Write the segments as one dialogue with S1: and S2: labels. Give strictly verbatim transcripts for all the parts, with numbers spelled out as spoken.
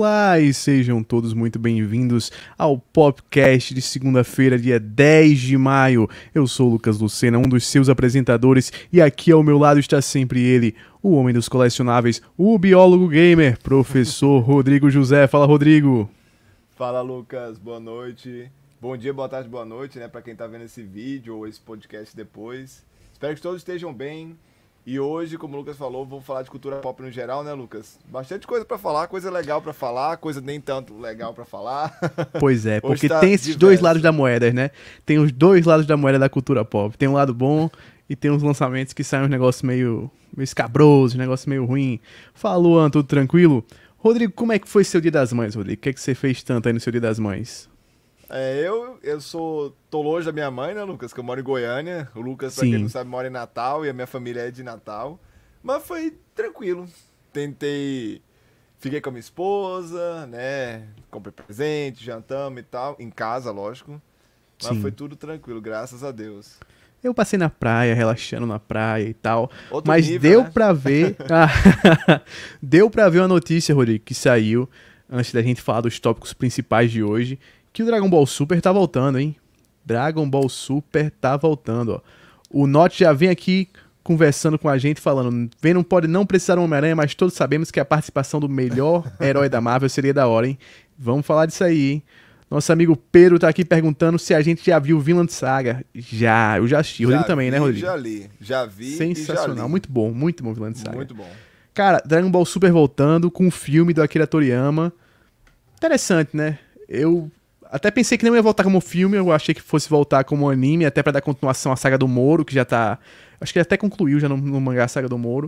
S1: Olá e sejam todos muito bem-vindos ao Popcast de segunda-feira, dia dez de maio. Eu sou o Lucas Lucena, um dos seus apresentadores, e aqui ao meu lado está sempre ele, o homem dos colecionáveis, o biólogo gamer, professor Rodrigo José. Fala, Rodrigo.
S2: Fala, Lucas. Boa noite. Bom dia, boa tarde, boa noite, né, pra quem tá vendo esse vídeo ou esse podcast depois. Espero que todos estejam bem. E hoje, como o Lucas falou, vamos falar de cultura pop no geral, né, Lucas? Bastante coisa pra falar, coisa legal pra falar, coisa nem tanto legal pra falar.
S1: Pois é, porque
S2: tá
S1: tem esses
S2: diverso.
S1: dois lados da moeda, né? Tem os dois lados da moeda da cultura pop. Tem um lado bom e tem uns lançamentos que saem uns negócios meio, meio escabrosos, negócio meio ruim. Falou, Luan, tudo tranquilo? Rodrigo, como é que foi seu Dia das Mães, Rodrigo? O que é que você fez tanto aí no seu Dia das Mães?
S2: É, eu, eu sou, tô longe da minha mãe, né, Lucas? Que eu moro em Goiânia. O Lucas, pra
S1: Sim.
S2: quem não sabe, mora em Natal e a minha família é de Natal. Mas foi tranquilo. Tentei... Fiquei com a minha esposa, né? Comprei presente, jantamos e tal. Em casa, lógico. Mas
S1: Sim.
S2: foi tudo tranquilo, graças a Deus.
S1: Eu passei na praia, relaxando na praia e tal.
S2: Outro
S1: mas
S2: nível,
S1: deu
S2: né?
S1: pra ver... Ah, deu pra ver uma notícia, Rodrigo, que saiu antes da gente falar dos tópicos principais de hoje, que o Dragon Ball Super tá voltando, hein? Dragon Ball Super tá voltando, ó. O Notch já vem aqui conversando com a gente, falando, Venom pode não precisar do Homem-Aranha, mas todos sabemos que a participação do melhor herói da Marvel seria da hora, hein? Vamos falar disso aí, hein? Nosso amigo Pedro tá aqui perguntando se a gente já viu Vinland Saga. Já, eu já assisti. O Rodrigo também,
S2: vi,
S1: né, Rodrigo?
S2: Já li, já vi
S1: Sensacional,
S2: e já li.
S1: muito bom, muito bom Vinland Saga.
S2: Muito bom.
S1: Cara, Dragon Ball Super voltando com o filme do Akira Toriyama. Interessante, né? Eu até pensei que não ia voltar como filme, eu achei que fosse voltar como anime, até pra dar continuação à saga do Moro, que já tá... Acho que até concluiu já no, no mangá a saga do Moro.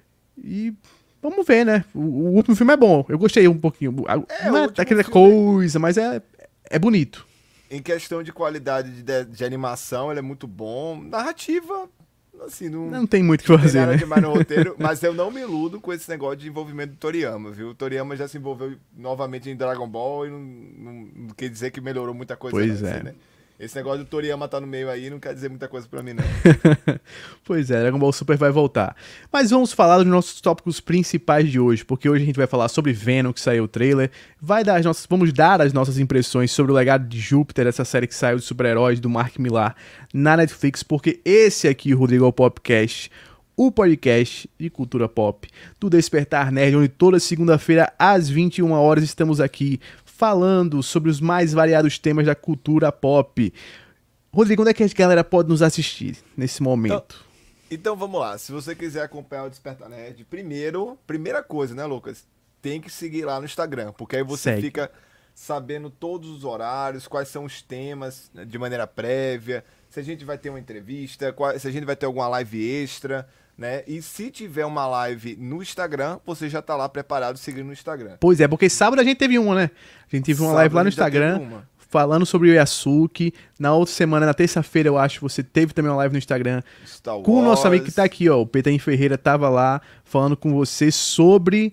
S1: E vamos ver, né? O, o último filme é bom, eu gostei um pouquinho.
S2: É,
S1: não
S2: o
S1: é
S2: último
S1: daquela
S2: filme-
S1: coisa, mas é, é bonito.
S2: Em questão de qualidade de, de, de animação, ele é muito bom. Narrativa, assim, não...
S1: Não tem muito o que
S2: Não tem
S1: fazer,
S2: nada
S1: né?
S2: demais no roteiro, mas eu não me iludo com esse negócio de envolvimento do Toriyama, viu? O Toriyama já se envolveu novamente em Dragon Ball e não, não, não quer dizer que melhorou muita coisa.
S1: Pois
S2: não,
S1: é.
S2: assim, né? Esse negócio do Toriyama tá no meio aí não quer dizer muita coisa pra mim, não.
S1: Pois é, Dragon Ball Super vai voltar. Mas vamos falar dos nossos tópicos principais de hoje, porque hoje a gente vai falar sobre Venom, que saiu o trailer, vai dar as nossas, vamos dar as nossas impressões sobre o Legado de Júpiter, essa série que saiu de super-heróis do Mark Millar na Netflix, porque esse aqui, Rodrigo, é o Popcast, o podcast de cultura pop do Despertar Nerd, onde toda segunda-feira às vinte e uma horas estamos aqui falando sobre os mais variados temas da cultura pop. Rodrigo, onde é que a galera pode nos assistir nesse momento?
S2: Então vamos lá, se você quiser acompanhar o Despertar Nerd, primeiro, primeira coisa, né, Lucas? Tem que seguir lá no Instagram, porque aí você
S1: Segue.
S2: fica sabendo todos os horários, quais são os temas, né, de maneira prévia, se a gente vai ter uma entrevista, qual- se a gente vai ter alguma live extra, né? E se tiver uma live no Instagram, você já tá lá preparado seguindo no Instagram.
S1: Pois é, porque sábado a gente teve uma, né? A gente teve uma
S2: Sábado
S1: live lá
S2: a
S1: no
S2: gente já teve
S1: Instagram
S2: uma.
S1: falando sobre o Yasuki. Na outra semana, na terça-feira, eu acho, você teve também uma live no Instagram
S2: Star
S1: com o nosso amigo que
S2: Wars.
S1: tá aqui, ó. O Peter Ferreira tava lá falando com você sobre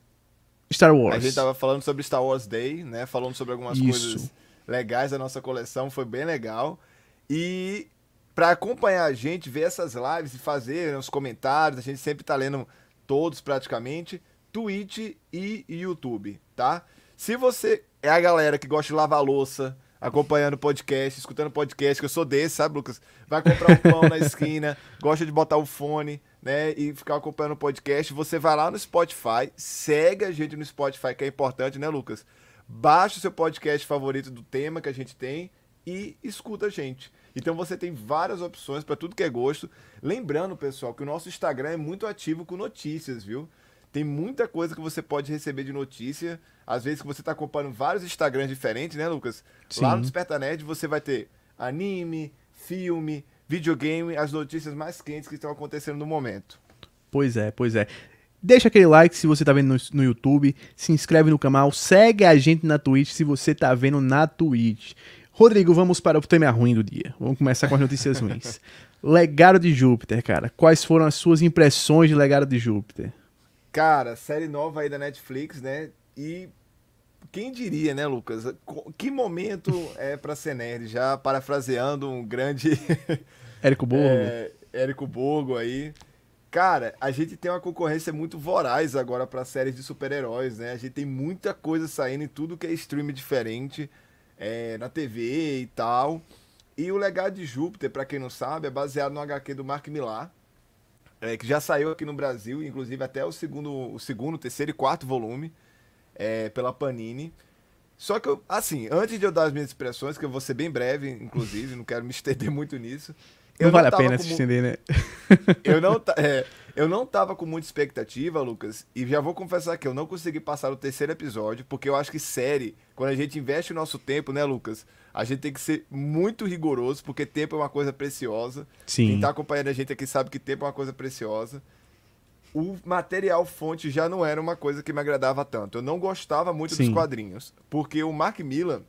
S1: Star Wars.
S2: A gente tava falando sobre Star Wars Day, né? Falando sobre algumas
S1: Isso.
S2: coisas legais da nossa coleção, foi bem legal. E pra acompanhar a gente, ver essas lives e fazer, né, os comentários, a gente sempre tá lendo todos praticamente, Twitch e YouTube, tá? Se você é a galera que gosta de lavar louça, acompanhando podcast, escutando podcast, que eu sou desse, sabe, Lucas? Vai comprar um pão na esquina, gosta de botar o fone, né, e ficar acompanhando o podcast, você vai lá no Spotify, segue a gente no Spotify, que é importante, né, Lucas? Baixa o seu podcast favorito do tema que a gente tem e escuta a gente. Então você tem várias opções para tudo que é gosto. Lembrando, pessoal, que o nosso Instagram é muito ativo com notícias, viu? Tem muita coisa que você pode receber de notícia. Às vezes que você está acompanhando vários Instagrams diferentes, né, Lucas?
S1: Sim.
S2: Lá no Desperta Nerd você vai ter anime, filme, videogame, as notícias mais quentes que estão acontecendo no momento.
S1: Pois é, pois é. Deixa aquele like se você tá vendo no, no YouTube, se inscreve no canal, segue a gente na Twitch se você tá vendo na Twitch. Rodrigo, vamos para o tema ruim do dia. Vamos começar com as notícias ruins. Legado de Júpiter, cara. Quais foram as suas impressões de Legado de Júpiter?
S2: Cara, série nova aí da Netflix, né? E quem diria, né, Lucas? Que momento é pra ser nerd? Já parafraseando um grande
S1: Érico Borgo?
S2: é, Érico Borgo aí. Cara, a gente tem uma concorrência muito voraz agora para séries de super-heróis, né? A gente tem muita coisa saindo em tudo que é stream diferente, é, na T V e tal. E o Legado de Júpiter, para quem não sabe, é baseado no H Q do Mark Millar, é, que já saiu aqui no Brasil, inclusive até o segundo, o segundo, terceiro e quarto volume, é, pela Panini. Só que, eu, assim, antes de eu dar as minhas expressões, que eu vou ser bem breve, inclusive, não quero me estender muito nisso.
S1: Não
S2: Eu
S1: vale
S2: não
S1: a pena
S2: tava
S1: se
S2: com mu-
S1: estender, né?
S2: Eu não, ta- é, eu não tava com muita expectativa, Lucas, e já vou confessar que eu não consegui passar o terceiro episódio, porque eu acho que série, quando a gente investe o nosso tempo, né, Lucas, a gente tem que ser muito rigoroso, porque tempo é uma coisa preciosa. Quem
S1: Sim,
S2: tá acompanhando a gente aqui sabe que tempo é uma coisa preciosa. O material fonte já não era uma coisa que me agradava tanto. Eu não gostava muito dos
S1: sim,
S2: quadrinhos, porque o Mark Millar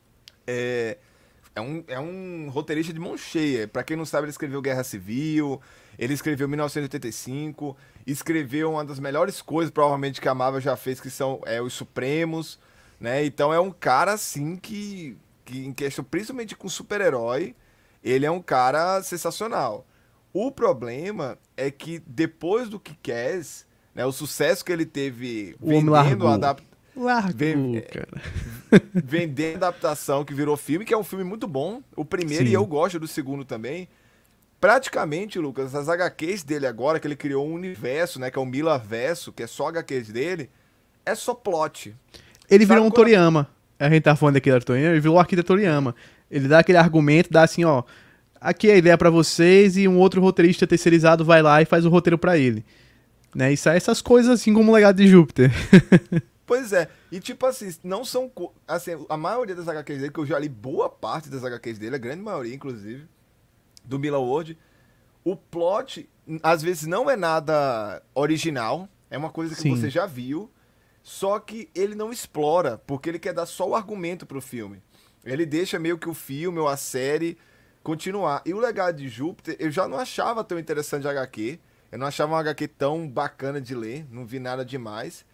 S2: é, é um, é um roteirista de mão cheia. Pra quem não sabe, ele escreveu Guerra Civil, ele escreveu mil novecentos e oitenta e cinco, escreveu uma das melhores coisas, provavelmente, que a Marvel já fez, que são é, Os Supremos, né? Então é um cara, assim, que, que em questão, principalmente com super-herói, ele é um cara sensacional. O problema é que depois do Kick-Ass, né, o sucesso que ele teve
S1: o homem
S2: vendendo a
S1: largou.
S2: adap-
S1: Largou,
S2: ven-
S1: cara.
S2: vendendo a adaptação que virou filme, que é um filme muito bom. O primeiro, e eu
S1: Sim,
S2: gosto do segundo também. Praticamente, Lucas, as H Qs dele agora, que ele criou um universo, né, que é o Milaverso, que é só H Qs dele, é só plot.
S1: ele virou
S2: Sabe
S1: um
S2: quando a-
S1: Toriyama. A gente tá falando daquele Toriyama, ele virou o arquiteto Toriyama. Ele dá aquele argumento, dá assim, ó, aqui é a ideia pra vocês e um outro roteirista terceirizado vai lá e faz o roteiro pra ele. Né? E sai essas coisas assim como o Legado de Júpiter.
S2: Pois é, e tipo assim, não são. co- Assim, a maioria das H Qs dele, que eu já li boa parte das H Qs dele, a grande maioria, inclusive, do Mila Ward, o plot, às vezes, não é nada original, é uma coisa que você
S1: Sim,
S2: já viu, só que ele não explora, porque ele quer dar só o argumento pro filme. Ele deixa meio que o filme ou a série continuar. E o Legado de Júpiter, eu já não achava tão interessante de H Q, eu não achava um H Q tão bacana de ler, não vi nada demais.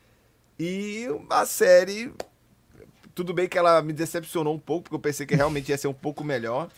S2: E a série, tudo bem que ela me decepcionou um pouco, porque eu pensei que realmente ia ser um pouco melhor.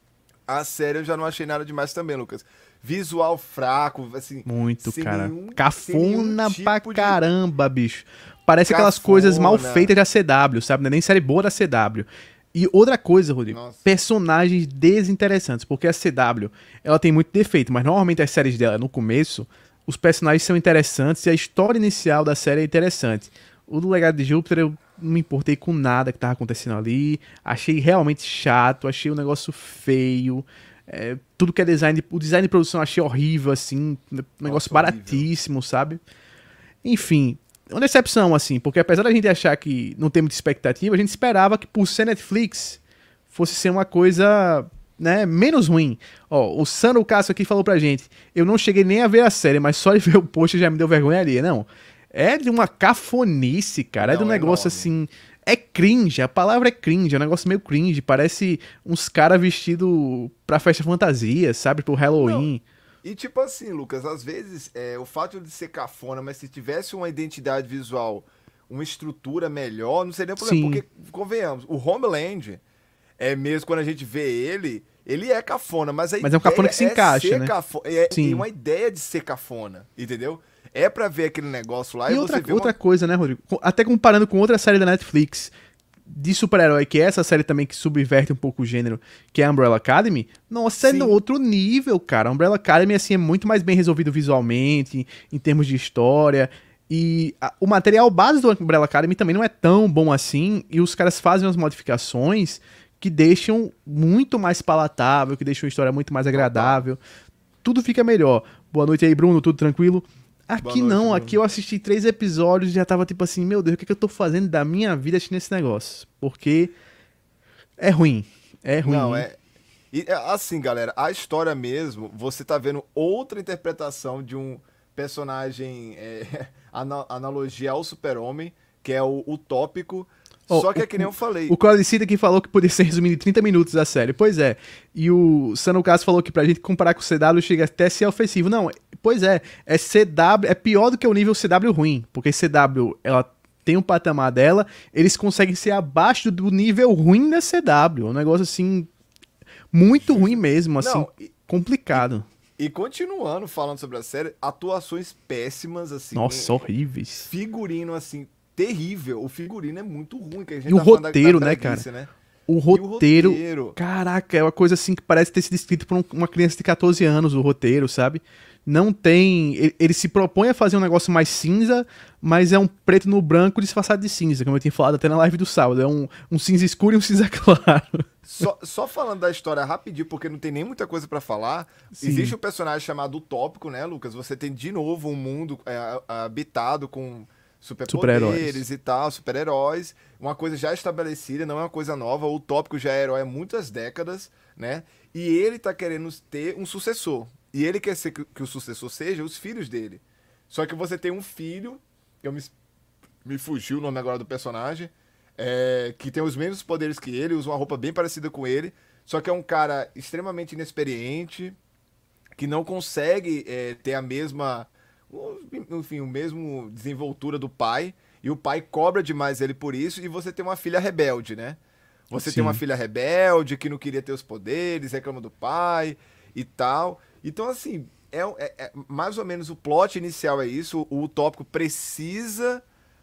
S2: A série eu já não achei nada demais também, Lucas. Visual fraco, assim,
S1: muito,
S2: sem
S1: cara.
S2: nenhum, sem nenhum
S1: Cafona pra
S2: tipo de
S1: caramba, bicho. Parece aquelas coisas mal
S2: cafona.
S1: feitas da C W, sabe? Não é nem série boa da C W. E outra coisa, Rodrigo,
S2: Nossa.
S1: personagens desinteressantes, porque a C W, ela tem muito defeito, mas normalmente as séries dela, no começo, os personagens são interessantes e a história inicial da série é interessante. O do Legado de Júpiter, eu não me importei com nada que tava acontecendo ali, achei realmente chato, achei o negócio feio, é, tudo que é design, o design de produção eu achei horrível, assim, um negócio
S2: Nossa, horrível.
S1: baratíssimo, sabe? Enfim, uma decepção, assim, porque apesar da gente achar que não tem muita expectativa, a gente esperava que por ser Netflix fosse ser uma coisa, né, menos ruim. Ó, o Sandro Castro aqui falou pra gente, eu não cheguei nem a ver a série, mas só de ver o post já me deu vergonha ali. Não, é de uma cafonice, cara, é de um
S2: Não, é
S1: negócio
S2: enorme.
S1: assim, é cringe, a palavra é cringe, é um negócio meio cringe, parece uns caras vestidos pra festa fantasia, sabe, pro
S2: Não,
S1: Halloween.
S2: e tipo assim, Lucas, às vezes é, o fato de ser cafona, mas se tivesse uma identidade visual, uma estrutura melhor, não seria problema.
S1: Sim,
S2: Porque, convenhamos, o Homeland, é mesmo quando a gente vê ele, ele é cafona, mas a
S1: mas é um cafona
S2: ideia
S1: que se
S2: é
S1: encaixa,
S2: ser
S1: né?
S2: cafona. É, é
S1: Sim.
S2: uma ideia de ser cafona, entendeu? É pra ver aquele negócio lá e,
S1: E
S2: você
S1: outra,
S2: vê
S1: outra
S2: uma.
S1: coisa, né, Rodrigo? Co- Até comparando com outra série da Netflix de super-herói, que é essa série também que subverte um pouco o gênero, que é a Umbrella Academy, nossa, é no
S2: Sim.
S1: outro nível, cara. A Umbrella Academy, assim, é muito mais bem resolvido visualmente, em termos de história. E a- o material base do Umbrella Academy também não é tão bom assim, e os caras fazem umas modificações que deixam muito mais palatável, que deixam a história muito mais
S2: Total.
S1: agradável. Tudo fica melhor. Boa noite aí, Bruno, tudo tranquilo?
S2: Boa
S1: Aqui
S2: noite,
S1: não, aqui
S2: Bruno.
S1: eu assisti três episódios e já tava tipo assim, meu Deus, o que, é que eu tô fazendo da minha vida assistindo esse negócio? Porque é ruim, é
S2: Não,
S1: ruim.
S2: é. E é assim, galera, a história mesmo, você tá vendo outra interpretação de um personagem, é, ana- analogia ao super-homem, que é o utópico.
S1: Ó,
S2: Só que é que nem
S1: o,
S2: eu falei.
S1: o Claudicida aqui falou que podia ser resumido em trinta minutos a série. Pois é. E o Sanucaso falou que pra gente comparar com o C W chega até a ser ofensivo. Não, pois é. É C W, é pior do que o nível C W ruim. Porque C W, ela tem um patamar dela, eles conseguem ser abaixo do nível ruim da C W. Um negócio assim, muito ruim mesmo, assim,
S2: Não, e,
S1: complicado.
S2: E continuando falando sobre a série, atuações péssimas, assim.
S1: Nossa, horríveis.
S2: Figurino, assim, terrível. O figurino é muito ruim. Que a gente
S1: E o
S2: tá falando da-
S1: roteiro,
S2: da
S1: né,
S2: preguiça,
S1: cara?
S2: né?
S1: O
S2: E
S1: roteiro,
S2: o roteiro.
S1: caraca, é uma coisa assim que parece ter sido escrito por um- uma criança de catorze anos, o roteiro, sabe? Não tem. Ele, ele se propõe a fazer um negócio mais cinza, mas é um preto no branco disfarçado de cinza, como eu tinha falado até na live do sábado. É um, um cinza escuro e um cinza claro.
S2: Só, só falando da história rapidinho, porque não tem nem muita coisa pra falar.
S1: Sim.
S2: Existe um personagem chamado Utópico, né, Lucas? Você tem de novo um mundo é, a- habitado com superpoderes
S1: Super-heróis.
S2: e tal, super-heróis. Uma coisa já estabelecida, não é uma coisa nova. O Utópico já é herói há muitas décadas, né? E ele tá querendo ter um sucessor. E ele quer ser que, que o sucessor seja os filhos dele. Só que você tem um filho, eu me, me fugiu o nome agora do personagem, é, que tem os mesmos poderes que ele, usa uma roupa bem parecida com ele, só que é um cara extremamente inexperiente, que não consegue é, ter a mesma, o- enfim, o mesmo desenvoltura do pai, e o pai cobra demais ele por isso, e você tem uma filha rebelde, né? Você tem uma
S1: Sim.
S2: filha rebelde que não queria ter os poderes, reclama do pai e tal. Então, assim, é, é- é mais ou menos o plot inicial é isso. O Utópico precisa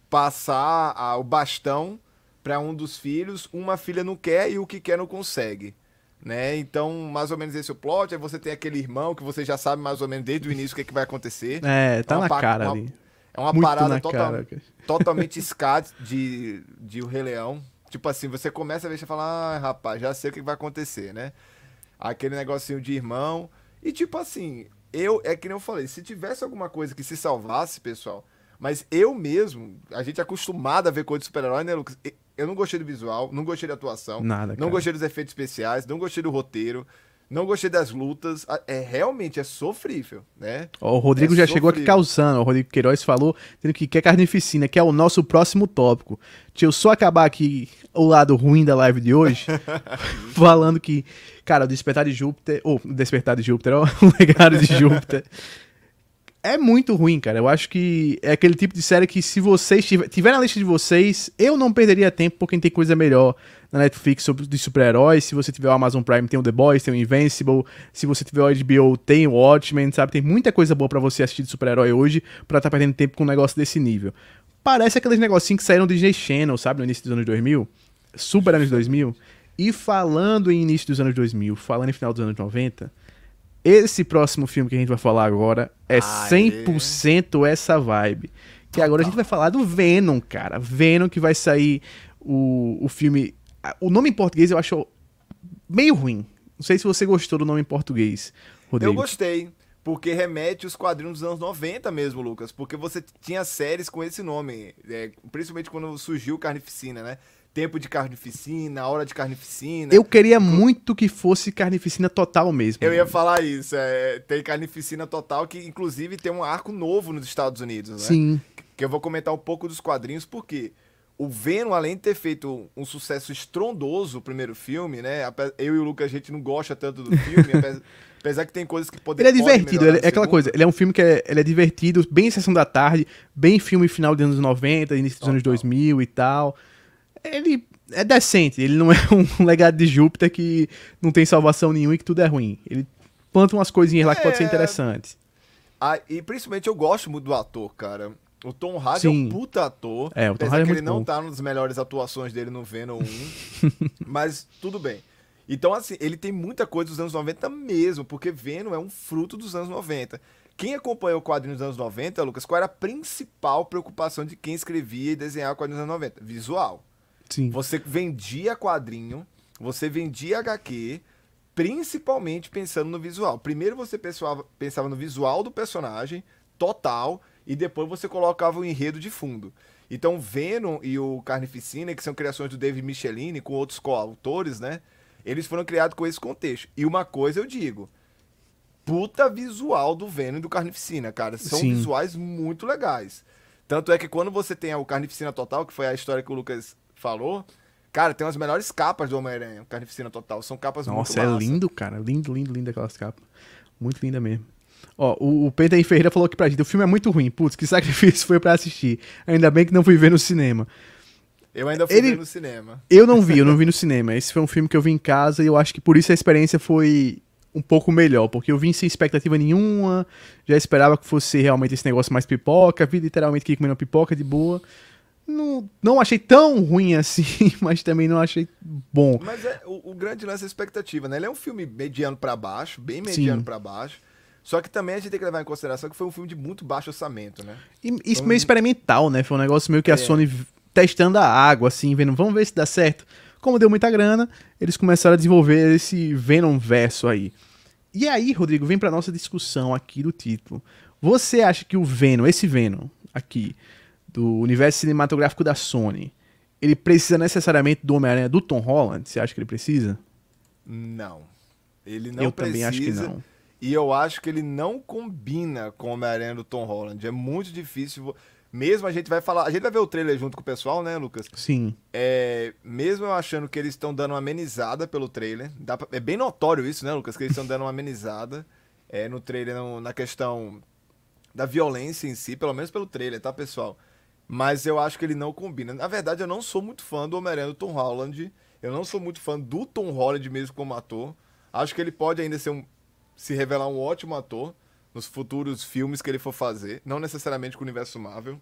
S2: passar a- o bastão para um dos filhos, uma filha não quer e o que quer não consegue. Né? Então, mais ou menos esse é o plot. Aí você tem aquele irmão que você já sabe mais ou menos desde o início o que, é que vai acontecer.
S1: É, tá
S2: É uma
S1: na
S2: pa-
S1: cara
S2: uma-
S1: ali.
S2: É uma
S1: Muito
S2: parada
S1: na
S2: total-
S1: cara, cara.
S2: totalmente scat de, de O Rei Leão. Tipo assim, você começa a ver e fala, ah, rapaz, já sei o que vai acontecer, né? Aquele negocinho de irmão. E tipo assim, eu, é que nem eu falei, se tivesse alguma coisa que se salvasse, pessoal, mas eu mesmo, a gente é acostumado a ver coisa de super-herói, né, Lucas? E- Eu não gostei do visual, não gostei da atuação,
S1: Nada,
S2: não
S1: cara.
S2: gostei dos efeitos especiais, não gostei do roteiro, não gostei das lutas. A- É realmente é sofrível, né?
S1: Ó, o Rodrigo
S2: É
S1: já chegou aqui
S2: sofrível.
S1: causando. O Rodrigo Queiroz falou dizendo que quer carnificina, que é o nosso próximo tópico. Deixa eu só acabar aqui o lado ruim da live de hoje, falando que, cara, o Despertar de Júpiter, ou o Despertar de Júpiter, ó, o Legado de Júpiter, é muito ruim, cara. Eu acho que é aquele tipo de série que se vocês tiver, tiver na lista de vocês, eu não perderia tempo porque tem coisa melhor na Netflix sobre de super-heróis. Se você tiver o Amazon Prime, tem o The Boys, tem o Invincible. Se você tiver o H B O, tem o Watchmen, sabe? Tem muita coisa boa pra você assistir de super-herói hoje pra tá perdendo tempo com um negócio desse nível. Parece aqueles negocinhos que saíram do Disney Channel, sabe? No início dos anos dois mil. Super anos dois mil. E falando em início dos anos dois mil, falando em final dos anos noventa... Esse próximo filme que a gente vai falar agora é
S2: Aê.
S1: cem por cento essa vibe. Que agora a gente vai falar do Venom, cara. Venom que vai sair o, o filme... O nome em português eu acho meio ruim. Não sei se você gostou do nome em português, Rodrigo.
S2: Eu gostei, porque remete os quadrinhos dos anos noventa mesmo, Lucas. Porque você tinha séries com esse nome, é, principalmente quando surgiu Carnificina, né? Tempo de Carnificina, Hora de Carnificina.
S1: Eu queria muito que fosse Carnificina Total mesmo.
S2: Eu ia falar isso, é, tem Carnificina Total, que inclusive tem um arco novo nos Estados Unidos, né?
S1: Sim.
S2: Que eu vou comentar um pouco dos quadrinhos, porque o Venom, além de ter feito um sucesso estrondoso, o primeiro filme, né? Ape- Eu e o Lucas, a gente não gosta tanto do filme, apesar, apesar que tem coisas que
S1: Ele
S2: podem
S1: é divertido, ele- é aquela coisa,
S2: Ele...
S1: ele é um filme que é, ele é divertido, bem Sessão da Tarde, bem filme final dos anos noventa, início dos
S2: Total.
S1: anos dois mil e tal. Ele é decente, ele não é um Legado de Júpiter que não tem salvação nenhuma e que tudo é ruim. Ele planta umas coisinhas lá que pode ser
S2: É.
S1: interessantes.
S2: Ah, e principalmente eu gosto muito do ator, cara. O Tom Hardy
S1: Sim.
S2: é um puta ator.
S1: É, o Tom
S2: apesar
S1: Hardy é
S2: que
S1: muito
S2: ele não
S1: bom.
S2: tá nas melhores atuações dele no Venom um. Mas tudo bem. Então, assim, ele tem muita coisa dos anos noventa mesmo, porque Venom é um fruto dos anos noventa. Quem acompanhou o quadrinho dos anos noventa, Lucas, qual era a principal preocupação de quem escrevia e desenhava o quadrinho dos anos noventa? Visual.
S1: Sim.
S2: Você vendia quadrinho, você vendia H Q, principalmente pensando no visual. Primeiro você pensava, pensava no visual do personagem, total, e depois você colocava o enredo de fundo. Então, Venom e o Carnificina, que são criações do David Michelini, com outros coautores, né? Eles foram criados com esse contexto. E uma coisa eu digo, puta visual do Venom e do Carnificina, cara. São
S1: Sim.
S2: visuais muito legais. Tanto é que quando você tem o Carnificina Total, que foi a história que o Lucas falou, cara, tem as melhores capas do Homem-Aranha, o Carnificina Total. São capas
S1: Nossa,
S2: muito
S1: é
S2: massa.
S1: lindo, cara. Lindo, lindo, lindo aquelas capas. Muito linda mesmo. Ó, o, o Penta aí Ferreira falou aqui pra gente, o filme é muito ruim. Putz, que sacrifício foi pra assistir. Ainda bem que não fui ver no cinema.
S2: Eu ainda fui
S1: Ele-
S2: ver no cinema.
S1: Eu não vi, eu não vi no cinema. Esse foi um filme que eu vi em casa e eu acho que por isso a experiência foi um pouco melhor, porque eu vim sem expectativa nenhuma, já esperava que fosse realmente esse negócio mais pipoca, vi literalmente que comendo pipoca de boa. Não, não achei tão ruim assim, mas também não achei bom.
S2: Mas é, o, o grande lance é a expectativa, né? Ele é um filme mediano pra baixo, bem mediano
S1: Sim.
S2: pra baixo. Só que também a gente tem que levar em consideração que foi um filme de muito baixo orçamento, né?
S1: E isso
S2: Então,
S1: meio experimental, né? Foi um negócio meio que a
S2: É.
S1: Sony v- testando a água, assim, vendo, vamos ver se dá certo. Como deu muita grana, eles começaram a desenvolver esse Venom verso aí. E aí, Rodrigo, vem pra nossa discussão aqui do título. Você acha que o Venom, esse Venom aqui, do universo cinematográfico da Sony, ele precisa necessariamente do Homem-Aranha do Tom Holland? Você acha que ele precisa?
S2: não. Ele não
S1: Eu
S2: precisa.
S1: também acho que não.
S2: E eu acho que ele não combina com o Homem-Aranha do Tom Holland. É muito difícil. vo- Mesmo a gente vai falar. A gente vai ver o trailer junto com o pessoal, né, Lucas?
S1: Sim,
S2: É, mesmo eu achando que eles estão dando uma amenizada pelo trailer. Dá pra- é bem notório isso, né, Lucas? Que eles estão dando uma amenizada é, no trailer, no- na questão da violência em si, pelo menos pelo trailer, tá, pessoal? Mas eu acho que ele não combina. Na verdade, eu não sou muito fã do Homem-Aranha do Tom Holland. Eu não sou muito fã do Tom Holland mesmo como ator. Acho que ele pode ainda ser um, se revelar um ótimo ator nos futuros filmes que ele for fazer. Não necessariamente com o universo Marvel.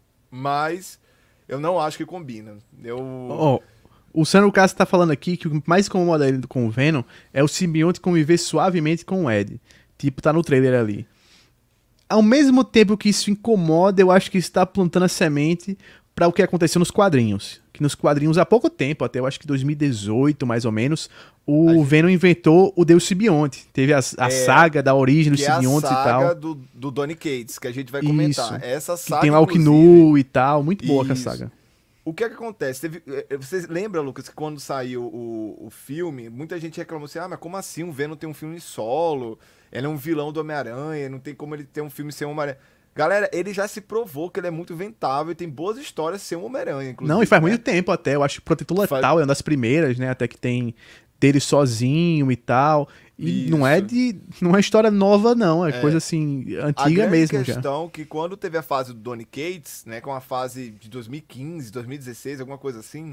S2: Mas eu não acho que combina. Eu.
S1: ó, o Sandro Castro tá falando aqui que o que mais incomoda ele com o Venom é o simbionte conviver suavemente com o Ed. Tipo, tá no trailer ali. Ao mesmo tempo que isso incomoda, eu acho que isso tá plantando a semente pra o que aconteceu nos quadrinhos. Que nos quadrinhos, há pouco tempo, até eu acho que dois mil e dezoito, mais ou menos, o
S2: A gente-
S1: Venom inventou o Deus Simbionte. Teve a, a
S2: É,
S1: saga da origem dos
S2: Que é a
S1: simbiontes e
S2: saga
S1: tal.
S2: do, do Donny Cates, que a gente vai comentar.
S1: Isso.
S2: Essa
S1: Que
S2: saga,
S1: tem lá o
S2: inclusive,
S1: Knu e tal. Muito boa aquela
S2: Isso.
S1: saga.
S2: O que é que acontece? Teve, eh, eh, você lembra, Lucas, que quando saiu o, o filme, muita gente reclamou assim, ah, mas como assim o Venom tem um filme solo? Ele é um vilão do Homem-Aranha, não tem como ele ter um filme sem um Homem-Aranha. Galera, ele já se provou que ele é muito ventável e tem boas histórias sem um Homem-Aranha, inclusive.
S1: Não, e faz
S2: né?
S1: muito tempo até. Eu acho que Protetor
S2: Faz-
S1: Letal é uma das primeiras, né? Até que tem dele sozinho e tal. E não é
S2: Isso.
S1: de. Não é história nova, não. É, coisa assim,
S2: A
S1: antiga
S2: grande
S1: mesmo já.
S2: questão que quando teve a fase do Donny Cates, né, com a fase de dois mil e quinze, dois mil e dezesseis, alguma coisa assim,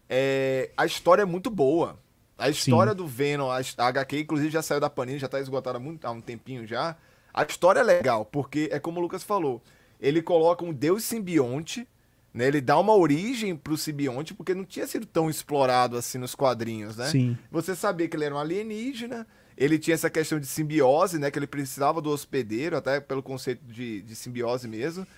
S2: é, a história é muito boa. A história do Venom, a, a H Q, inclusive, já saiu da Panini, já tá esgotada há, muito, há um tempinho já. A história é legal, porque é como o Lucas falou, ele coloca um deus simbionte, né, ele dá uma origem pro simbionte, porque não tinha sido tão explorado assim nos quadrinhos, né?
S1: Sim.
S2: Você sabia que ele era um alienígena, ele tinha essa questão de simbiose, né? Que ele precisava do hospedeiro, até pelo conceito de, de simbiose mesmo.